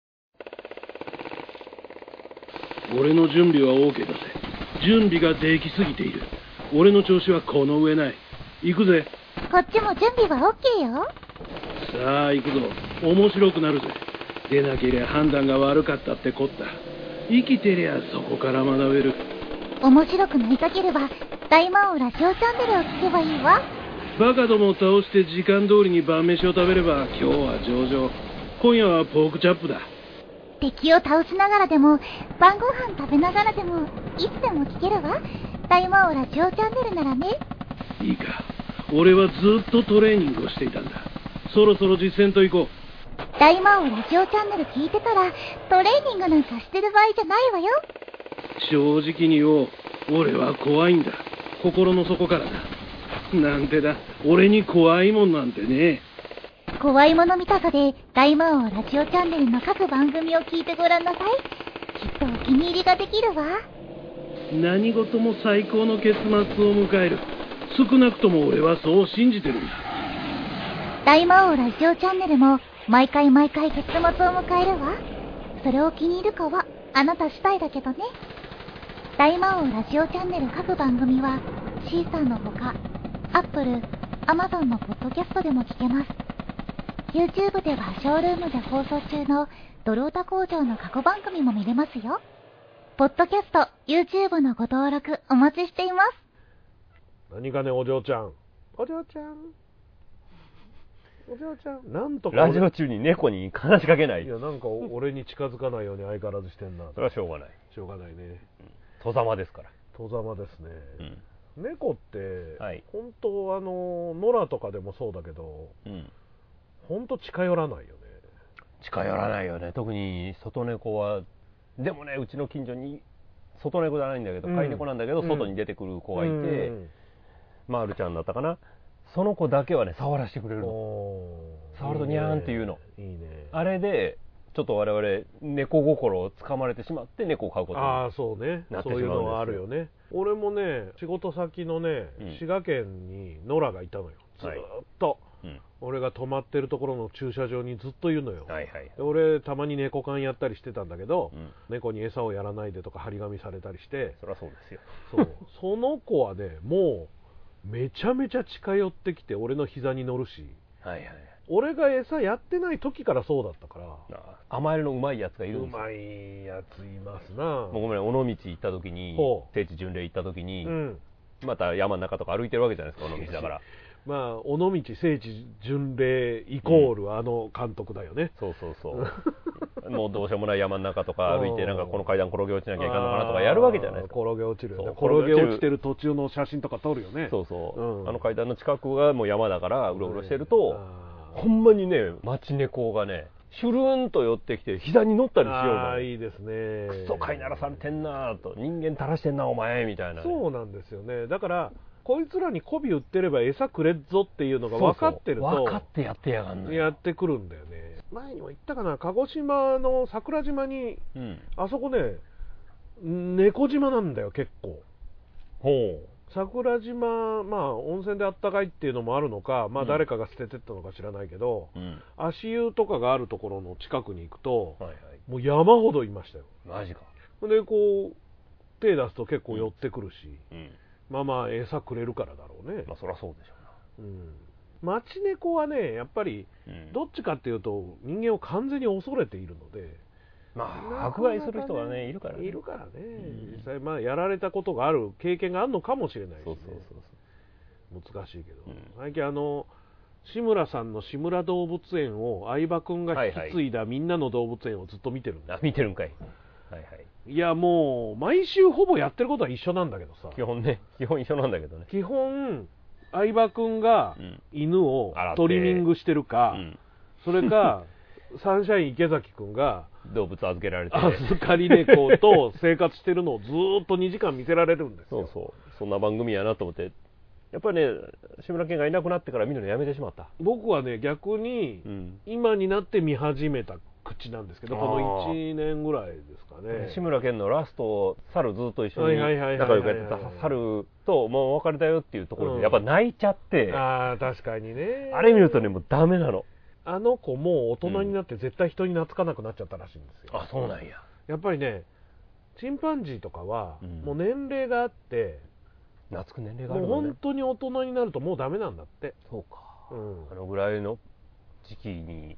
俺の準備は OK だぜ。準備ができすぎている。俺の調子はこの上ない。行くぜ。 こっちも準備は OK よ。 さあ行くぞ。面白くなるぜ。でなければ判断が悪かったってこった。 生きてりゃそこから学べる。 面白くなりたければ大魔王ラジオチャンネルを聞けばいいわ。 バカどもを倒して時間通りに晩飯を食べれば今日は上々。今夜はポークチャップだ。 敵を倒しながらでも晩ご飯食べながらでもいつでも聞けるわ。大魔王ラジオチャンネルならね。 いいか、俺はずっとトレーニングをしていたんだ。そろそろ実践と行こう。 大魔王ラジオチャンネル聞いてたらトレーニングなんかしてる場合じゃないわよ。 正直に言おう、俺は怖いんだ。心の底からだ。なんてだ、俺に怖いもんなんてね。 怖いもの見たさで大魔王ラジオチャンネルの各番組を聞いてごらんなさい。きっとお気に入りができるわ。 何事も最高の結末を迎える。少なくとも俺はそう信じてるんだ。 大魔王ラジオチャンネルも毎回結末を迎えるわ。それを気に入るかはあなた次第だけどね。大魔王ラジオチャンネル各番組はシーサーのほか Apple、Amazon のポッドキャストでも聞けます。 YouTube ではショールームで放送中のドロータ工場の過去番組も見れますよ。ポッドキャスト、YouTube のご登録お待ちしています。 何かね、お嬢ちゃん、なんとかラジオ中に猫に話しかけない。 いや、なんか俺に近づかないように相変わらずしてんな。 それはしょうがない。 しょうがないね。 戸ざまですから。 戸ざまですね。猫って、 はい、 本当野良とかでもそうだけど、本当近寄らないよね。 近寄らないよね。特に外猫は。でもね、うちの近所に外猫じゃないんだけど、飼い猫なんだけど、外に出てくる子がいて、まるちゃんだったかな。その子だけはね、触らせてくれるの。触るとニャーンっていうの。 いいね。 あれでちょっと我々猫心をつかまれてしまって猫を飼うことになってしまうんですよ。 そういうのはあるよね。俺もね、仕事先のね、滋賀県に野良がいたのよ。ずっと、俺が泊まってるところの駐車場にずっといるのよ。俺たまに猫缶やったりしてたんだけど、猫に餌をやらないでとか張り紙されたりして。 そりゃそうですよ。 その子はね、もうめちゃめちゃ近寄ってきて俺の膝に乗るし、俺が餌やってない時からそうだったから。 甘えるのうまいやつがいるんですよ。 うまいやついますな。 もうごめん、尾道行った時に、聖地巡礼行った時に、また山の中とか歩いてるわけじゃないですか、尾道だから。 まあ尾道聖地巡礼イコールあの監督だよね。 もうどうしようもない山の中とか歩いて、なんかこの階段転げ落ちなきゃいかんのかなとかやるわけじゃないですか。 転げ落ちるよね。転げ落ちてる途中の写真とか撮るよね。 あの階段の近くがもう山だからうろうろしてると、ほんまにね、町猫がね、シュルーンと寄ってきて膝に乗ったりしようの。 いいですね。 クソ飼いならされてんなと、人間垂らしてんなお前みたいな。 そうなんですよね。だからこいつらに媚び売ってれば餌くれっぞっていうのが分かってると、 分かってやってやがんのよ。 やってくるんだよね。前にも言ったかな、鹿児島の桜島に、あそこね、猫島なんだよ結構。桜島、まあ温泉であったかいっていうのもあるのか、まあ誰かが捨ててったのか知らないけど、足湯とかがあるところの近くに行くと、もう山ほどいましたよ。 マジか。 でこう手出すと結構寄ってくるし、まあ餌くれるからだろうね。 そりゃそうでしょうな。町猫はね、やっぱりどっちかっていうと人間を完全に恐れているので、 迫害する人がねいるからね。 実際まあやられたことがある経験があるのかもしれないしね。難しいけど、最近志村さんの志村動物園を相葉君が引き継いだみんなの動物園をずっと見てるんだ。 見てるんかい。 いやもう毎週ほぼやってることは一緒なんだけどさ。 基本一緒なんだけどね。 基本相葉君が犬をトリミングしてるか、それかサンシャイン池崎君が動物預けられて預かり猫と生活してるのをずっと2時間見せられるんですよ。 そんな番組やなと思って。やっぱりね、志村けんがいなくなってから見るのやめてしまった。 僕はね、逆に今になって見始めた口なんですけど、この1年ぐらいですかね。 志村けんのラスト、猿ずっと一緒に仲良くやってた猿ともう別れたよっていうところでやっぱ泣いちゃって。 確かにね。 あれ見るとね、もうダメなの。 あの子も大人になって絶対人に懐かなくなっちゃったらしいんですよ。 そうなんや。 やっぱりね、チンパンジーとかはもう年齢があって、 懐く年齢があるのね。 もう本当に大人になるともうダメなんだって。 そうか。あのぐらいの時期に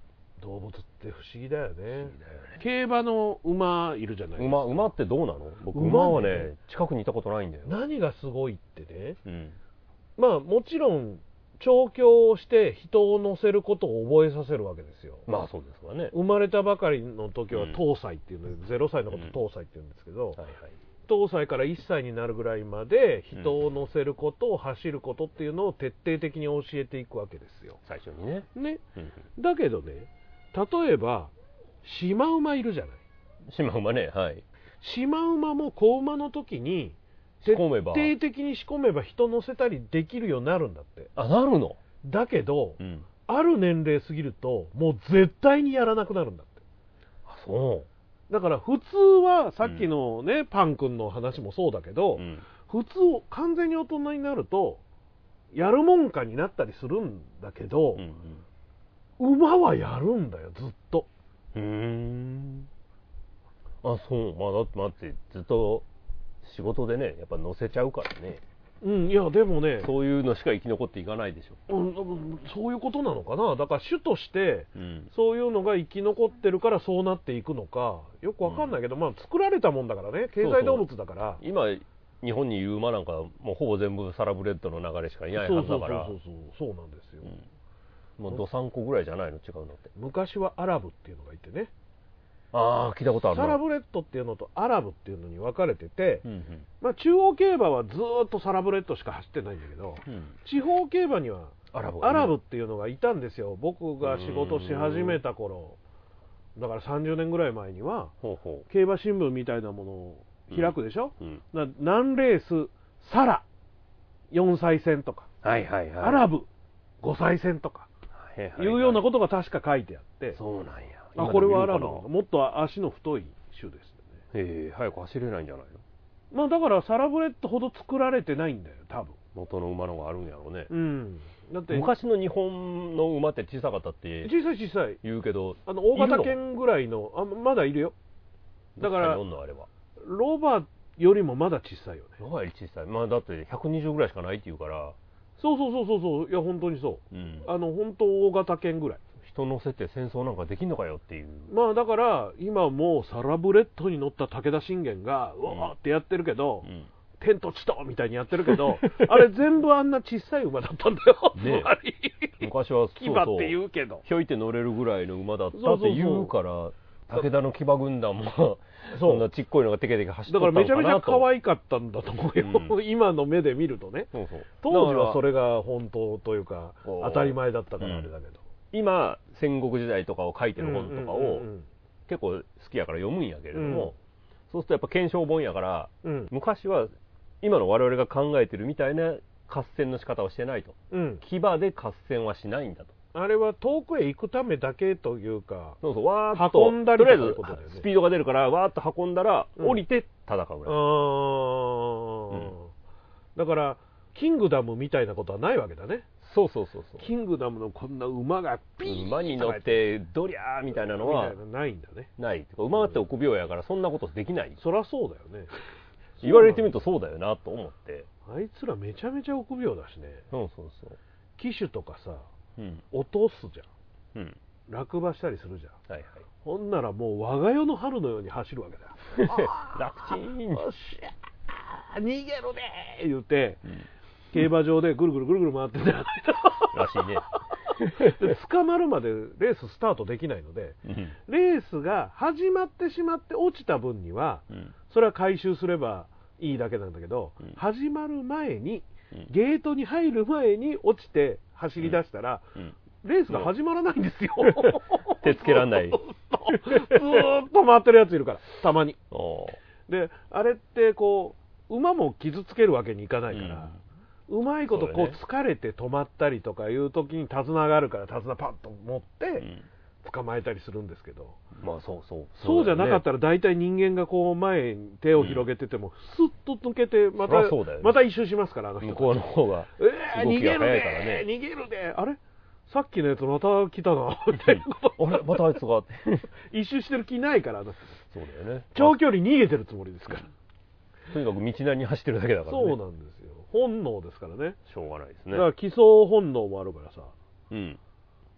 動物って不思議だよね。競馬の馬いるじゃないですか。 馬ってどうなの？僕馬はね近くにいたことないんだよ。 何がすごいってね、まあもちろん調教をして人を乗せることを覚えさせるわけですよ。 まあそうですわね。 生まれたばかりの時は10歳っていうので、0歳のこと10歳っていうんですけど、10歳から1歳になるぐらいまで人を乗せることを走ることっていうのを徹底的に教えていくわけですよ。 最初にね。 だけどね、例えばシマウマいるじゃない。 シマウマね、はい。 シマウマも子馬の時に徹底的に仕込めば人乗せたりできるようになるんだって。 あ、なるの？ だけど、ある年齢過ぎるともう絶対にやらなくなるんだって。 あ、そう。 だから普通はさっきのね、パン君の話もそうだけど、普通完全に大人になるとやるもんかになったりするんだけど、馬はやるんだよ、ずっと。 あ、そう。まあだって待って、ずっと仕事でね、やっぱ乗せちゃうからね。 いやでもね、 そういうのしか生き残っていかないでしょ。 そういうことなのかな。だから種として、そういうのが生き残ってるからそうなっていくのかよくわかんないけど、まあ作られたもんだからね、経済動物だから。 今日本にいる馬なんかもうほぼ全部サラブレッドの流れしかいないはずだから。 そうなんですよ。 もうど3個ぐらいじゃないの？違うのって。 昔はアラブっていうのがいてね。 ああ、聞いたことあるな。 サラブレッドっていうのとアラブっていうのに分かれてて、まあ、中央競馬はずっとサラブレッドしか走ってないんだけど、地方競馬にはアラブっていうのがいたんですよ。僕が仕事し始めた頃だから30年ぐらい前には競馬新聞みたいなものを開くでしょ、何レースサラ4歳戦とか、アラブ5歳戦とかいうようなことが確か書いてあって、 そうなんや。 これはアラブのもっと足の太い種ですね。早く走れないんじゃないの？ まあだからサラブレッドほど作られてないんだよ、多分。 元の馬のがあるんやろうね。 だって昔の日本の馬って小さかったって小さい言うけど、 大型犬ぐらいのまだいるよ。だからロバよりもまだ小さいよね。 ロバより小さい。まあだって120ぐらいしかないって言うから。 そういや本当にそう、本当大型犬ぐらい。 人乗せて戦争なんかできんのかよっていう。 まあだから今もうサラブレッドに乗った武田信玄がうわーってやってるけど、天と地とみたいにやってるけどあれ全部あんな小さい馬だったんだよ、ね、 昔は騎馬って言うけどひょいって乗れるぐらいの馬だったって言うから、武田の騎馬軍団もそんなちっこいのがテケテケ走ってたのかなと。 だからめちゃめちゃ可愛かったんだと思うよ、今の目で見るとね。当時はそれが本当というか当たり前だったからあれだけど、 今戦国時代とかを書いてる本とかを結構好きやから読むんやけれども、そうするとやっぱ検証本やから、昔は今の我々が考えてるみたいな合戦の仕方をしてないと、騎馬で合戦はしないんだと。あれは遠くへ行くためだけというか、 わーっと運んだりとりあえずスピードが出るからわーっと運んだら降りて戦うぐらい。 だからキングダムみたいなことはないわけだね。 そうキングダムのこんな馬が馬に乗ってドリャーみたいなのはないんだね。 ない。馬って臆病やからそんなことできない。 そりゃそうだよね。 言われてみるとそうだよなと思って。 あいつらめちゃめちゃ臆病だしね。騎手とかさ、落とすじゃん、落馬したりするじゃん、ほんならもう我が世の春のように走るわけだよ楽ちんよっしゃ逃げるね言うて、競馬場でぐるぐる回ってんじゃないらしいねで捕まるまでレーススタートできないので、レースが始まってしまって落ちた分には、それは回収すればいいだけなんだけど、始まる前にゲートに入る前に落ちて走り出したら、レースが始まらないんですよ手つけらんないずーっと回ってるやついるからたまに。であれってこう馬も傷つけるわけにいかないから、うまいことこう疲れて止まったりとかいう時に手綱があるから手綱パッと持って捕まえたりするんですけど、 まあそうじゃなかったら大体人間がこう前に手を広げててもスッと抜けてまた一周しますから、あの人向こうの方が逃げるね逃げるね、あれさっきのやつまた来たなみたいなあれまたあいつが一周してる気ないからそうだよね、 長距離逃げてるつもりですから、 とにかく道なりに走ってるだけだからね。 そうなんですよ、本能ですからね。 しょうがないですね。 だから基礎本能もあるからさ、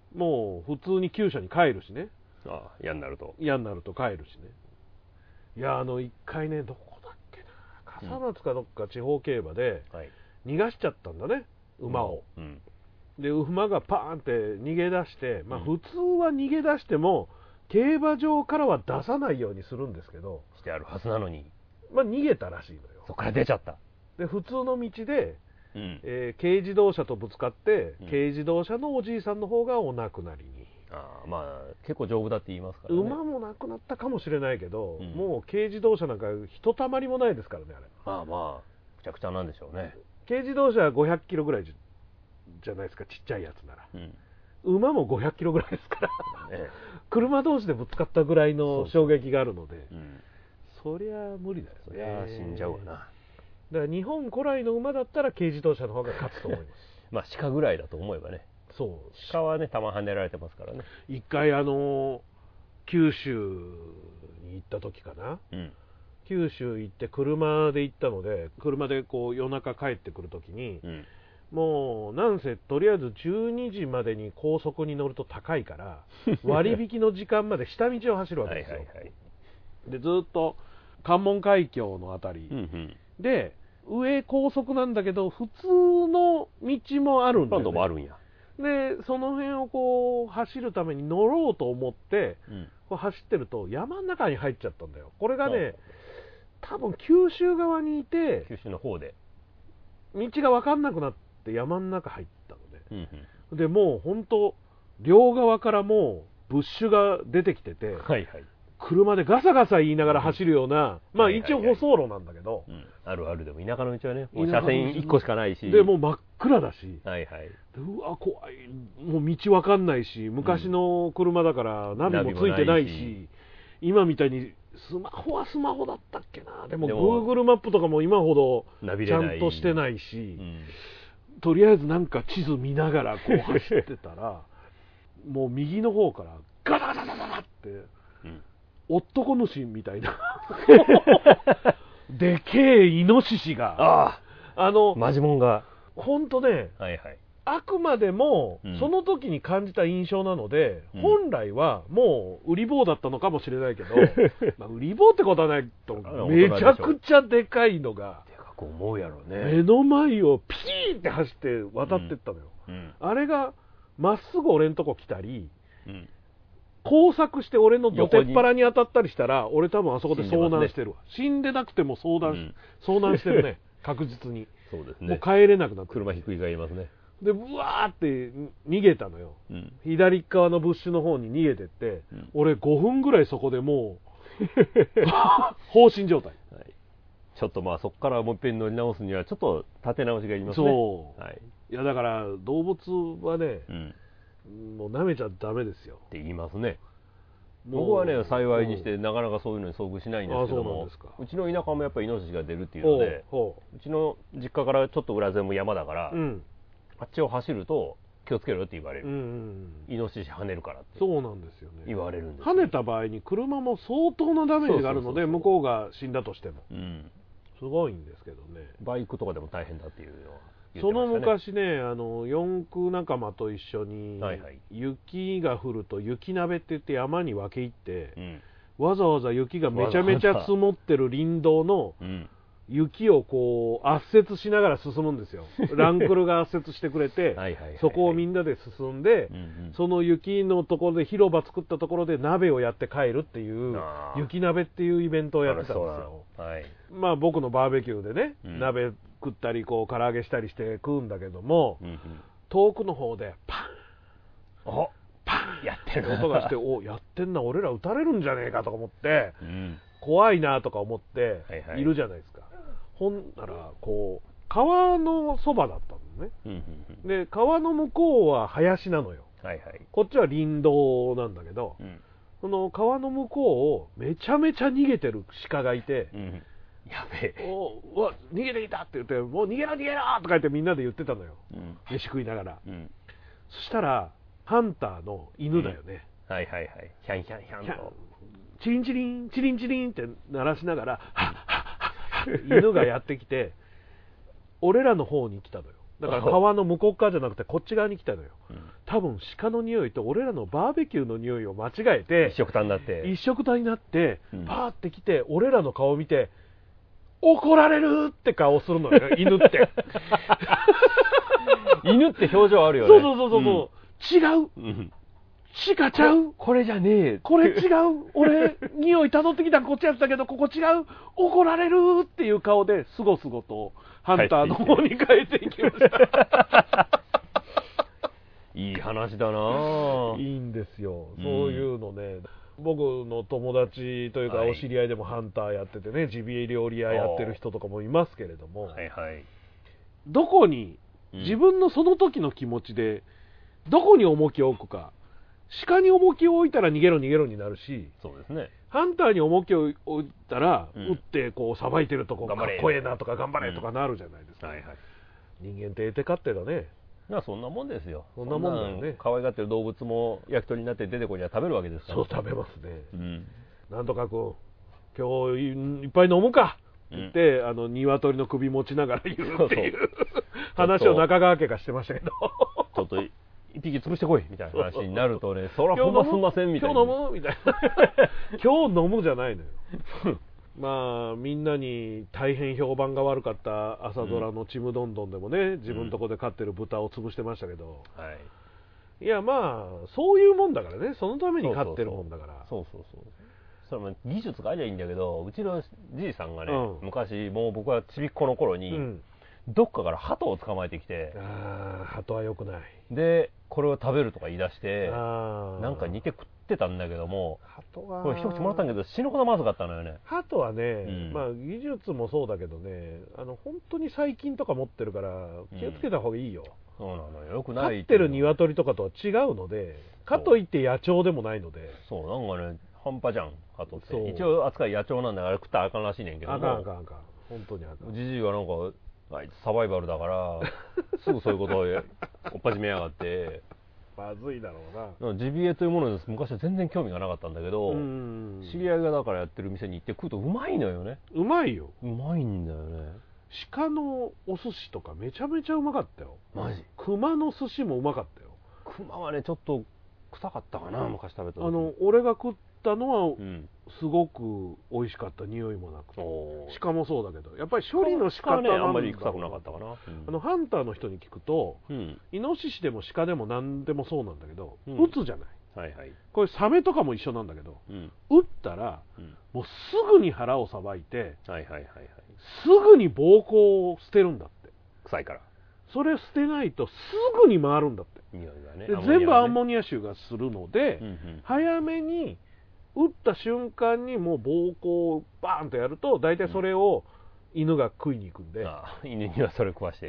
もう普通に厩舎に帰るしね。 ああ、嫌になると帰るしね。いや、一回ね、どこだっけな、笠松かどっか地方競馬で逃がしちゃったんだね、馬を。で、馬がパーンって逃げ出して、まあ普通は逃げ出しても競馬場からは出さないようにするんですけど、 してあるはずなのに、 まあ逃げたらしいのよ。 そこから出ちゃった。 で、普通の道で、軽自動車とぶつかって、軽自動車のおじいさんの方がお亡くなりに。 まあ結構丈夫だって言いますからね。 馬も亡くなったかもしれないけど、もう軽自動車なんかひとたまりもないですからね、あれ。 まあむちゃくちゃなんでしょうね。 軽自動車は500キロぐらいじゃないですか、ちっちゃいやつなら。馬も500キロぐらいですから車同士でぶつかったぐらいの衝撃があるので、そりゃ無理だよね。 そりゃ死んじゃうわな。だから日本古来の馬だったら軽自動車の方が勝つと思いますまあ鹿ぐらいだと思えばね。そう、鹿はね、玉跳ねられてますからね。 一回九州に行った時かな、九州行って車で行ったので、車でこう夜中帰ってくる時に、もうなんせとりあえず12時までに高速に乗ると高いから割引の時間まで下道を走るわけですよ。で、ずっと関門海峡のあたり、で上高速なんだけど普通の道もあるんだよね。 もあるんや。 でその辺をこう走るために乗ろうと思って、こう走ってると山の中に入っちゃったんだよ。これがね、多分九州側にいて、 九州の方で道が分かんなくなって山の中入ったのね、でもう本当両側からもうブッシュが出てきてて、車でガサガサ言いながら走るような、まあ一応舗装路なんだけど、 あるある。でも田舎の道はね、もう車線1個しかないし、 でもう真っ暗だし、うわ怖い、もう道わかんないし、昔の車だからナビもついてないし、今みたいにスマホはスマホだったっけな、でも Google マップとかも今ほどちゃんとしてないし、とりあえずなんか地図見ながらこう走ってたらもう右の方からガタガタガタガタって、男主みたいなでけえイノシシが、 マジモンが本当ね、あくまでもその時に感じた印象なので、本来はもう売り棒だったのかもしれないけど、まあ売り棒ってことはないと思う。めちゃくちゃでかいのが思うやろね。 目の前をピーって走って渡ってったのよ。あれがまっすぐ俺んとこ来たり、交錯して俺のどてっ腹に当たったりしたら、俺多分あそこで遭難してるわ。死んでなくても遭難してるね、確実に。 そうですね。 もう帰れなくなって車ひっくり返りますね。 でブワーって逃げたのよ、左側のブッシュの方に逃げてって、俺5分ぐらいそこでもう放心状態、 ちょっとまあそこからもう一遍乗り直すにはちょっと立て直しがいりますね。 そう、いやだから動物はね、もう舐めちゃダメですよって言いますね。僕はね幸いにしてなかなかそういうのに遭遇しないんですけども、うちの田舎もやっぱりイノシシが出るっていうので、うちの実家からちょっと裏前も山だから、あっちを走ると気をつけろよって言われる、イノシシ跳ねるからってそうなんですよね、 言われるんです。 跳ねた場合に車も相当なダメージがあるので、向こうが死んだとしても、すごいんですけどね。 バイクとかでも大変だっていうのはその昔ね、四駆仲間と一緒に、雪が降ると雪鍋って言って山に分け入って、わざわざ雪がめちゃめちゃ積もってる林道の雪をこう圧雪しながら進むんですよ。ランクルが圧雪してくれて、そこをみんなで進んで、その雪のところで広場作ったところで鍋をやって帰るっていう雪鍋っていうイベントをやってたんですよ。まあ僕のバーベキューでね、鍋食ったりこう唐揚げしたりして食うんだけども、遠くの方でパンパンやってる音がして、おやってんな、俺ら撃たれるんじゃねえかとか思って、怖いなとか思っているじゃないですか。ほんならこう川のそばだったのね、で川の向こうは林なのよ、こっちは林道なんだけど、その川の向こうをめちゃめちゃ逃げてる鹿がいて、やべえ、うわ逃げてきたって言って、もう逃げろ逃げろとか言ってみんなで言ってたのよ、飯食いながら、そしたらハンターの犬だよね、 ヒャンヒャンヒャンとチリンチリンチリンチリンって鳴らしながら犬がやってきて俺らの方に来たのよ。だから川の向こう側じゃなくてこっち側に来たのよ、 多分鹿の匂いと俺らのバーベキューの匂いを間違えて一緒くたになって、 パーって来て俺らの顔を見て怒られるって顔するのよ犬って犬って表情あるよね。 そう、もう違う、鹿ちゃう、 これじゃねえ、 これ違う、俺匂い辿ってきたこっちやったけどここ違う、怒られるっていう顔ですごすごとハンターの方に帰っていきましたいい話だな。 いいんですよ、そういうのね。僕の友達というかお知り合いでもハンターやっててね、ジビエ料理屋やってる人とかもいますけれども、どこに自分のその時の気持ちでどこに重きを置くか。鹿に重きを置いたら逃げろになるし、 そうですね、 ハンターに重きを置いたら、撃ってこうさばいてるとこかっこええなとか頑張れとかなるじゃないですか。人間って得て勝手だね。 そんなもんですよ。 そんなもんだよね。 可愛がってる動物も焼き鳥になって出てこりゃ食べるわけですから。 そう食べますね。なんとか君今日いっぱい飲むかって言って、鶏の首持ちながら言うっていう話を中川家がしてましたけど、 ちょっと一匹潰してこいみたいな話になるとね、そらほんますんませんみたいな。 今日飲むみたいな今日飲むじゃないのよまあみんなに大変評判が悪かった朝ドラのちむどんどんでもね、自分のとこで飼ってる豚を潰してましたけど、いやまあそういうもんだからね、そのために飼ってるもんだから。 そうそれも技術がありゃいいんだけど、うちのじいさんがね、昔もう僕はちびっこの頃に、どっかから鳩を捕まえてきて、 鳩は良くない。 でこれを食べるとか言い出して、なんか煮て食ってたんだけども、これ一口もらったんだけど死ぬほどまずかったのよね。 鳩はね、まあ技術もそうだけどね、本当に細菌とか持ってるから気をつけた方がいいよ。 そうなのよ、よくない。 飼ってる鶏とかとは違うので、かといって野鳥でもないので。 そうなんかね、半端じゃん鳩って。一応扱い野鳥なんだから食ったらあかんらしいねんけども、 あかん本当にあかん。 じじいはなんかあいつサバイバルだからすぐそういうことをおっぱじめやがってまずいだろうな。 ジビエというものに昔は全然興味がなかったんだけど、知り合いがだからやってる店に行って食うとうまいのよね。 うまいよ。 うまいんだよね。 鹿のお寿司とかめちゃめちゃうまかったよ。 マジ。 熊の寿司もうまかったよ。 熊はねちょっと臭かったかな、昔食べた時。 俺が食ったのは、すごく美味しかった、匂いもなくて。鹿もそうだけど、やっぱり処理の仕方はあんまり臭くなかったかな。 ハンターの人に聞くと、イノシシでも鹿でも何でもそうなんだけど、撃つじゃない。これサメとかも一緒なんだけど、撃ったら、もうすぐに腹をさばいて、すぐに膀胱を捨てるんだって。 臭いから。 それ捨てないとすぐに回るんだって。匂いがね。で全部アンモニア臭がするので、早めに撃った瞬間にもう膀胱をバーンとやると、大体それを犬が食いに行くんで、 犬にはそれ食わして、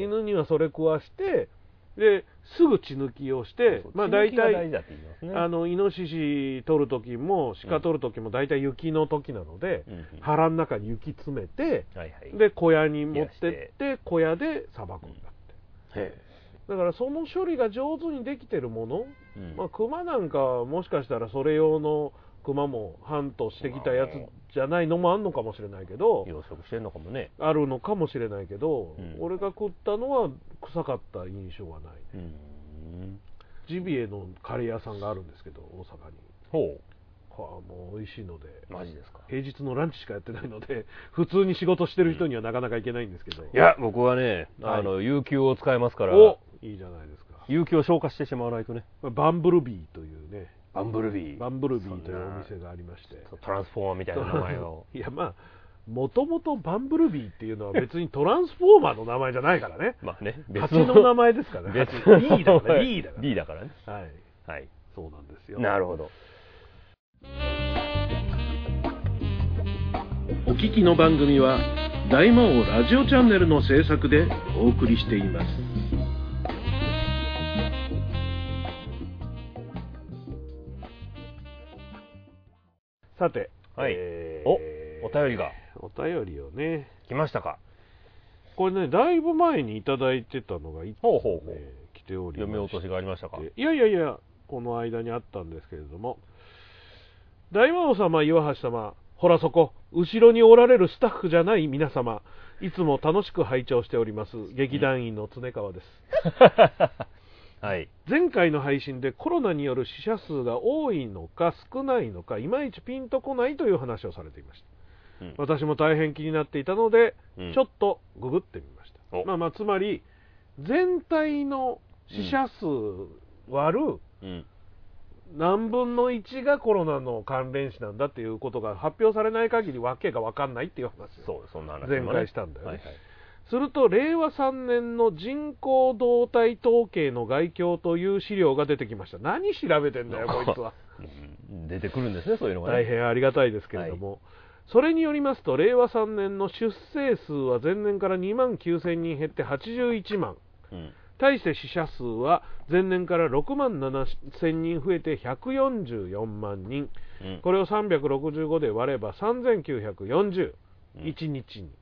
ですぐ血抜きをして、まあ大体イノシシ取る時も鹿取る時も大体雪の時なので、腹の中に雪詰めて、で小屋に持ってって小屋でさばくんだって。だからその処理が上手にできてるもの、まあ熊なんかはもしかしたらそれ用の熊もハントしてきたやつじゃないのもあるのかもしれないけど、 養殖してんのかもね、 あるのかもしれないけど、俺が食ったのは臭かった印象はないね。ジビエのカレー屋さんがあるんですけど、大阪に。もう美味しいので。 マジですか。 平日のランチしかやってないので普通に仕事してる人にはなかなか行けないんですけど、 いや僕はね、有給を使えますから。 いいじゃないですか。 有給を消化してしまわないとね。 バンブルビーというね、 バンブルビーというお店がありまして、 トランスフォーマーみたいな名前をいやまあもともとバンブルビーっていうのは別にトランスフォーマーの名前じゃないからね。 まあね、 蜂の名前ですからね。B だからね。 B だからね。 はい、そうなんですよ。 なるほど。 お聞きの番組は大魔王ラジオチャンネルの制作でお送りしています。 さて、 お便りが。 お便りをね。 来ましたか。 これね、だいぶ前にいただいてたのが1個、来ておりまして。 読み落としがありましたか。 いや、この間にあったんですけれども、大魔王様、岩橋様、ほらそこ、後ろにおられるスタッフじゃない皆様、いつも楽しく拝聴しております劇団員の常川です。 はい、 前回の配信でコロナによる死者数が多いのか少ないのかいまいちピンとこないという話をされていました、私も大変気になっていたので、ちょっとググってみました。つまり全体の死者数割る、何分の1がコロナの関連死なんだっていうことが発表されない限りわけが分かんないっていう話を前回したんだよね。すると令和3年の人口動態統計の概況という資料が出てきました。何調べてんだよこいつは出てくるんですね、そういうのがね。 大変ありがたいですけれども、それによりますと令和3年の出生数は前年から2万9000人減って81万、対して死者数は前年から6万7000人増えて144万人、これを365で割れば3940、1日に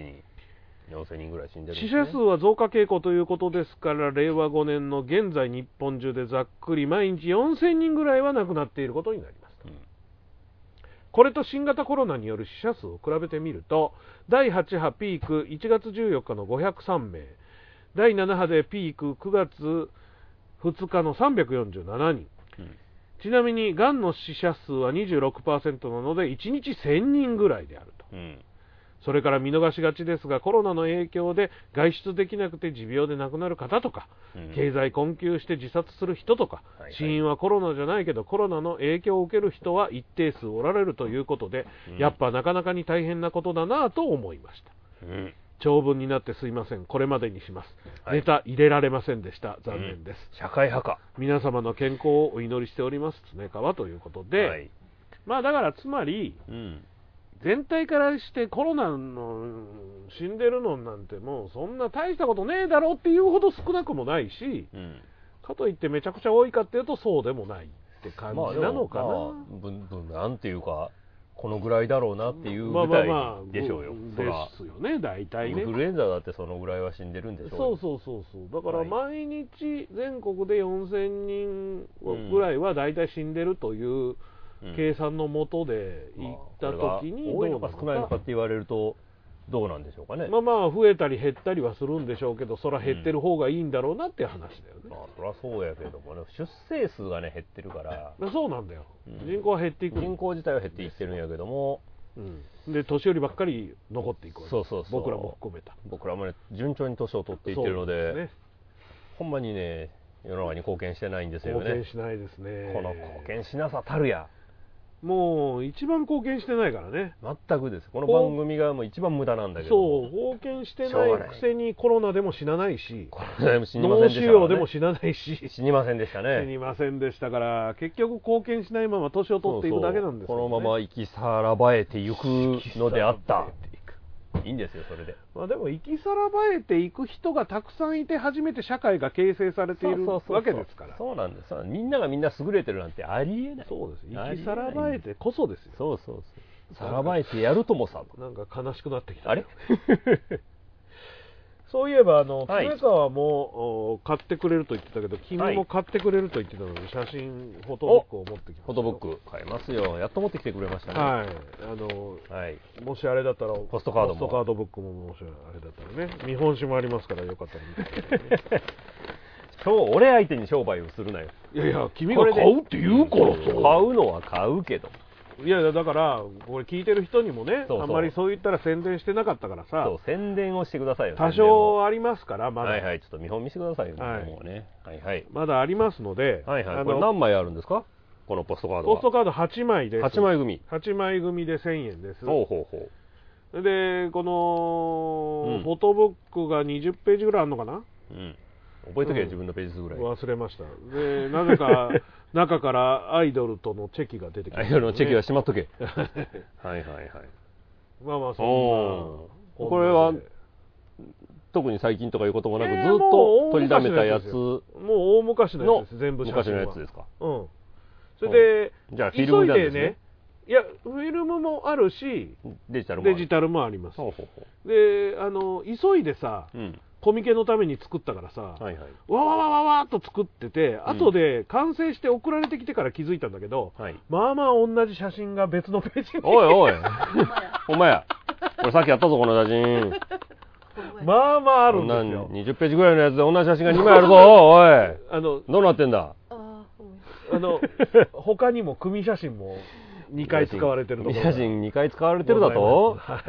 4000人ぐらい死んでるんですね。 死者数は増加傾向ということですから、令和5年の現在日本中でざっくり毎日4000人ぐらいは亡くなっていることになります。これと新型コロナによる死者数を比べてみると、第8波ピーク1月14日の503名、第7波でピーク9月2日の347人、ちなみにがんの死者数は 26% なので1日1000人ぐらいであると、それから見逃しがちですが、コロナの影響で外出できなくて持病で亡くなる方とか、経済困窮して自殺する人とか、死因はコロナじゃないけどコロナの影響を受ける人は一定数おられるということで、やっぱなかなかに大変なことだなと思いました。長文になってすいません。これまでにします。ネタ入れられませんでした。残念です。 社会派か。 皆様の健康をお祈りしております。常川ということで、だからつまり、全体からしてコロナの死んでるのなんてもうそんな大したことねえだろうっていうほど少なくもないし、かといってめちゃくちゃ多いかっていうとそうでもないって感じなのかな。 なんていうかこのぐらいだろうなっていうぐらいでしょうよ。 ですよね、大体ね。 インフルエンザだってそのぐらいは死んでるんでしょう。 そうだから毎日全国で4000人ぐらいは大体死んでるという計算のもとでいったときに、 多いのか少ないのかって言われるとどうなんでしょうかね。 増えたり減ったりはするんでしょうけど、そら減ってる方がいいんだろうなっていう話だよね。 そりゃそうやけどもね、出生数がね減ってるからそうなんだよ、人口は減っていく、 人口自体は減っていってるんやけども、 で年寄りばっかり残っていくわけ。僕らも含めた。 僕らもね順調に年を取っていってるので、ほんまにね世の中に貢献してないんですよね。 貢献しないですね。 この貢献しなさたるや、 もう一番貢献してないからね。 全くです。この番組がもう一番無駄なんだけど、 貢献してないくせにコロナでも死なないし、 脳腫瘍でも死なないし、 死にませんでしたね。 死にませんでしたから、結局貢献しないまま年を取っていくだけなんですよね。 このまま生きさらばえていくのであった。いいんですよ、それで。 でも生きさらばえていく人がたくさんいて初めて社会が形成されているわけですから。 そうなんです。みんながみんな優れてるなんてありえない。 そうです。生きさらばえてこそですよ。 さらばえてやるともさ。 なんか悲しくなってきた。 あれそういえば常川も買ってくれると言ってたけど、君も買ってくれると言ってたので、写真フォトブックを持ってきました。 フォトブック買いますよ。やっと持ってきてくれましたね。もしあれだったらポストカードブックも、もしあれだったらね、日本酒もありますから、よかったら見てくださいね。 俺相手に商売をするなよ。 いや君が買うって言うからさ。 買うのは買うけど、 いやだからこれ聞いてる人にもね、あんまりそう言ったら宣伝してなかったからさ、 宣伝をしてくださいよ。 多少ありますからまだ。 ちょっと見本見せてくださいよ。もうね、 まだありますので、 これ何枚あるんですか、このポストカードは。 ポストカード8枚です。 8枚組。 8枚組で1000円です。 でこのフォトブックが20ページぐらいあるのかな。 覚えとけよ、自分のページ数ぐらい。 忘れました。でなぜか中からアイドルとのチェキが出てきて、 アイドルのチェキはしまっとけ。そんな。これは特に最近とかいうこともなく、ずっと取りだめたやつ。 もう大昔のやつです。全部昔のやつですか。 それでじゃあフィルムなんですね。 いやフィルムもあるしデジタルもあります。で急いでさ、コミケのために作ったからさ、わわっと作ってて、後で完成して送られてきてから気づいたんだけど、まあ同じ写真が別のページに。 おいほんまや、これさっきやったぞこの写真。 まあまああるんですよ。 20ページぐらいのやつで同じ写真が2枚あるぞ、おい。どうなってんだ。 他にも組写真も2回使われてるところ。 組写真2回使われてるだと。 はい。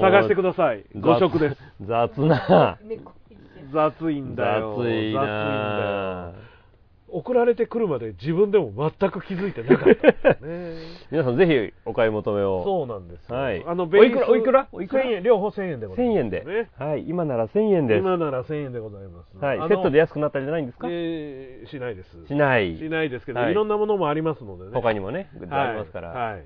探してください。5色です。 雑な。 雑いんだよ。 雑いな。 送られてくるまで自分でも全く気づいてなかったですね。 皆さんぜひお買い求めを。 そうなんですよ。 はい。 おいくら ?1000 円、両方1000円でございます。 1000円で。はい。今なら1000円です。 今なら1000円でございます。 はい。セットで安くなったりじゃないんですか？ しないです。 しないですけど、いろんなものもありますのでね。 他にもね、グッズありますから。 はい。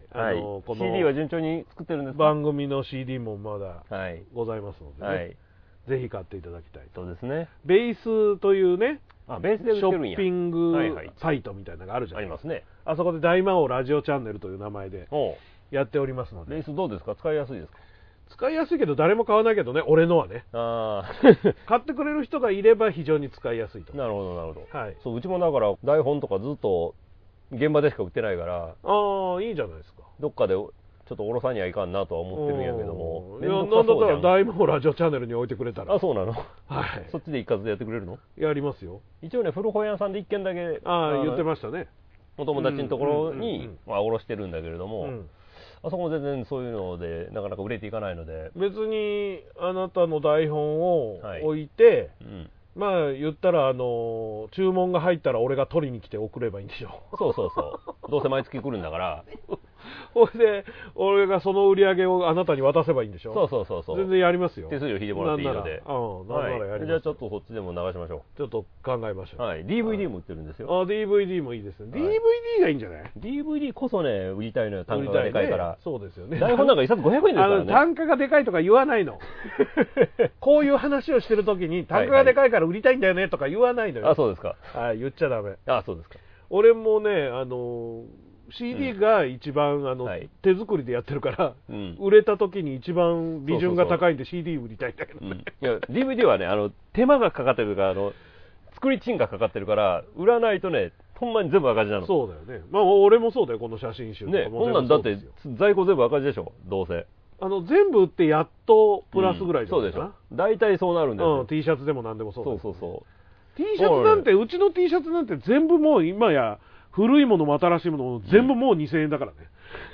CD は順調に作ってるんですか？ 番組の CD もまだございますので、 はい。 ぜひ買っていただきたい。 そうですね。 ベースというね、 ベースで売ってるんや。 ショッピングサイトみたいなのがあるじゃないですか。 ありますね。 あそこで大魔王ラジオチャンネルという名前でやっておりますので。 ベースどうですか？使いやすいですか？ 使いやすいけど誰も買わないけどね、俺のはね。買ってくれる人がいれば非常に使いやすいと。 なるほどなるほど。 はい。 そう、うちもだから台本とかずっと現場でしか売ってないから。 いいじゃないですか。 どっかでちょっとおろさにはいかんなとは思ってるんやけども。 いや、なんだったら大魔王ラジオチャンネルに置いてくれたら。 そうなの？はい。そっちで一括でやってくれるの？ やりますよ。 一応ね、古本屋さんで一軒だけ。 言ってましたね。 お友達のところにおろしてるんだけれども、あそこも全然そういうのでなかなか売れていかないので。 別にあなたの台本を置いて、まあ言ったら注文が入ったら俺が取りに来て送ればいいんでしょ。 そうそうそう。どうせ毎月来るんだから。 それで俺がその売り上げをあなたに渡せばいいんでしょ。 そう。 全然やりますよ。 手数料引いてもらっていいので。 なんならやります。 じゃあちょっとそっちでも流しましょう。ちょっと考えましょう。 はい。DVD も売ってるんですよ。 DVD もいいですね。DVD がいいんじゃない？ DVD こそね、売りたいのよ。単価がでかいから。 そうですよね。 台本なんか一冊500円ですからね。 単価がでかいとか言わないの。こういう話をしてるときに単価がでかいから売りたいんだよねとか言わないのよ。 そうですか。 はい、言っちゃダメ。 そうですか。 俺もね、CD が一番手作りでやってるから、売れた時に一番利潤が高いんで CD 売りたいんだけどね。 いや DVD はね、手間がかかってるから作り賃がかかってるから売らないとね、ほんまに全部赤字なの。 そうだよね。まあ俺もそうだよ、この写真集とかも。 こんなんだって在庫全部赤字でしょ、どうせ。 全部売ってやっとプラスぐらいじゃないかな。 そうでしょ。大体そうなるんですよ。 T シャツでも何でもそうだよね。 そう。 T シャツなんて、うちの T シャツなんて全部もう今や古いものも新しいものも全部もう2000円だからね。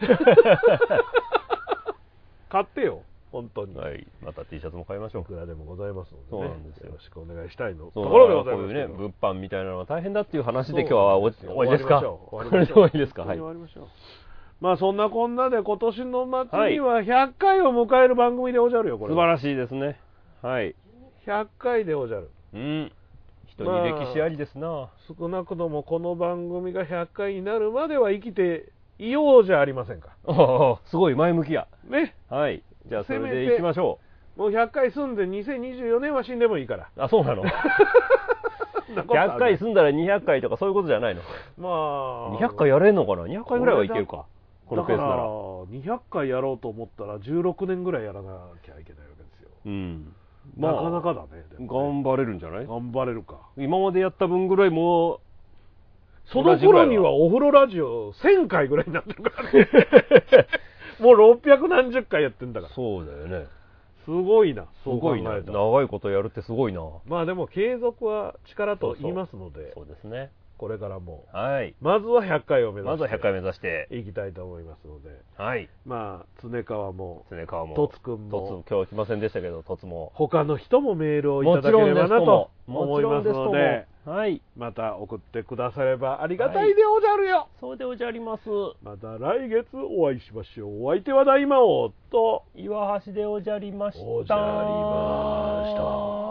買ってよ、本当に。 はい。また T シャツも買いましょう。 いくらでもございますのでね。 そうなんですよ。 よろしくお願いしたいの。 ところでございます。こういうね、物販みたいなのが大変だっていう話で今日は終わりですか？終わりですか？はい。 終わりましょう。まあそんなこんなで今年の末には100回を迎える番組でおじゃるよ、これ。 素晴らしいですね。はい。 100回でおじゃる。 人に歴史ありですな。 少なくともこの番組が100回になるまでは生きていようじゃありませんか。 すごい前向きや。 ね。 はい。じゃあそれでいきましょう。もう100回住んで2024年は死んでもいいから。 そうなの。100回住んだら200回とかそういうことじゃないの？ まあ。 200回やれんのかな？ 200 回ぐらいはいけるか。このペースなら。 200回やろうと思ったら16年ぐらいやらなきゃいけないわけですよ。なかなかだね。 頑張れるんじゃない？ 頑張れるか。 今までやった分ぐらいもう、 その頃にはお風呂ラジオ1000回ぐらいになってるからね。もう600何十回やってんだから。 そうだよね。 すごいな。 すごいな。長いことやるってすごいな。 まあでも継続は力と言いますので。 そうですね。 これからも。 はい。 まずは100回を目指して。 まずは100回目指して。 いきたいと思いますので。 はい。 まあ、常川も。 とつくんも。今日来ませんでしたけど、とつも。 他の人もメールをいただければなと思いますので。 はい。 また送ってくださればありがたいでおじゃるよ。 そうでおじゃります。 また来月お会いしましょう。お相手は大魔王と岩橋でおじゃりました。 おじゃりました。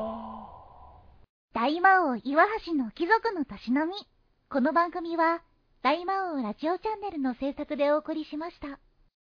大魔王岩橋の貴族のたしなみ。この番組は大魔王ラジオチャンネルの制作でお送りしました。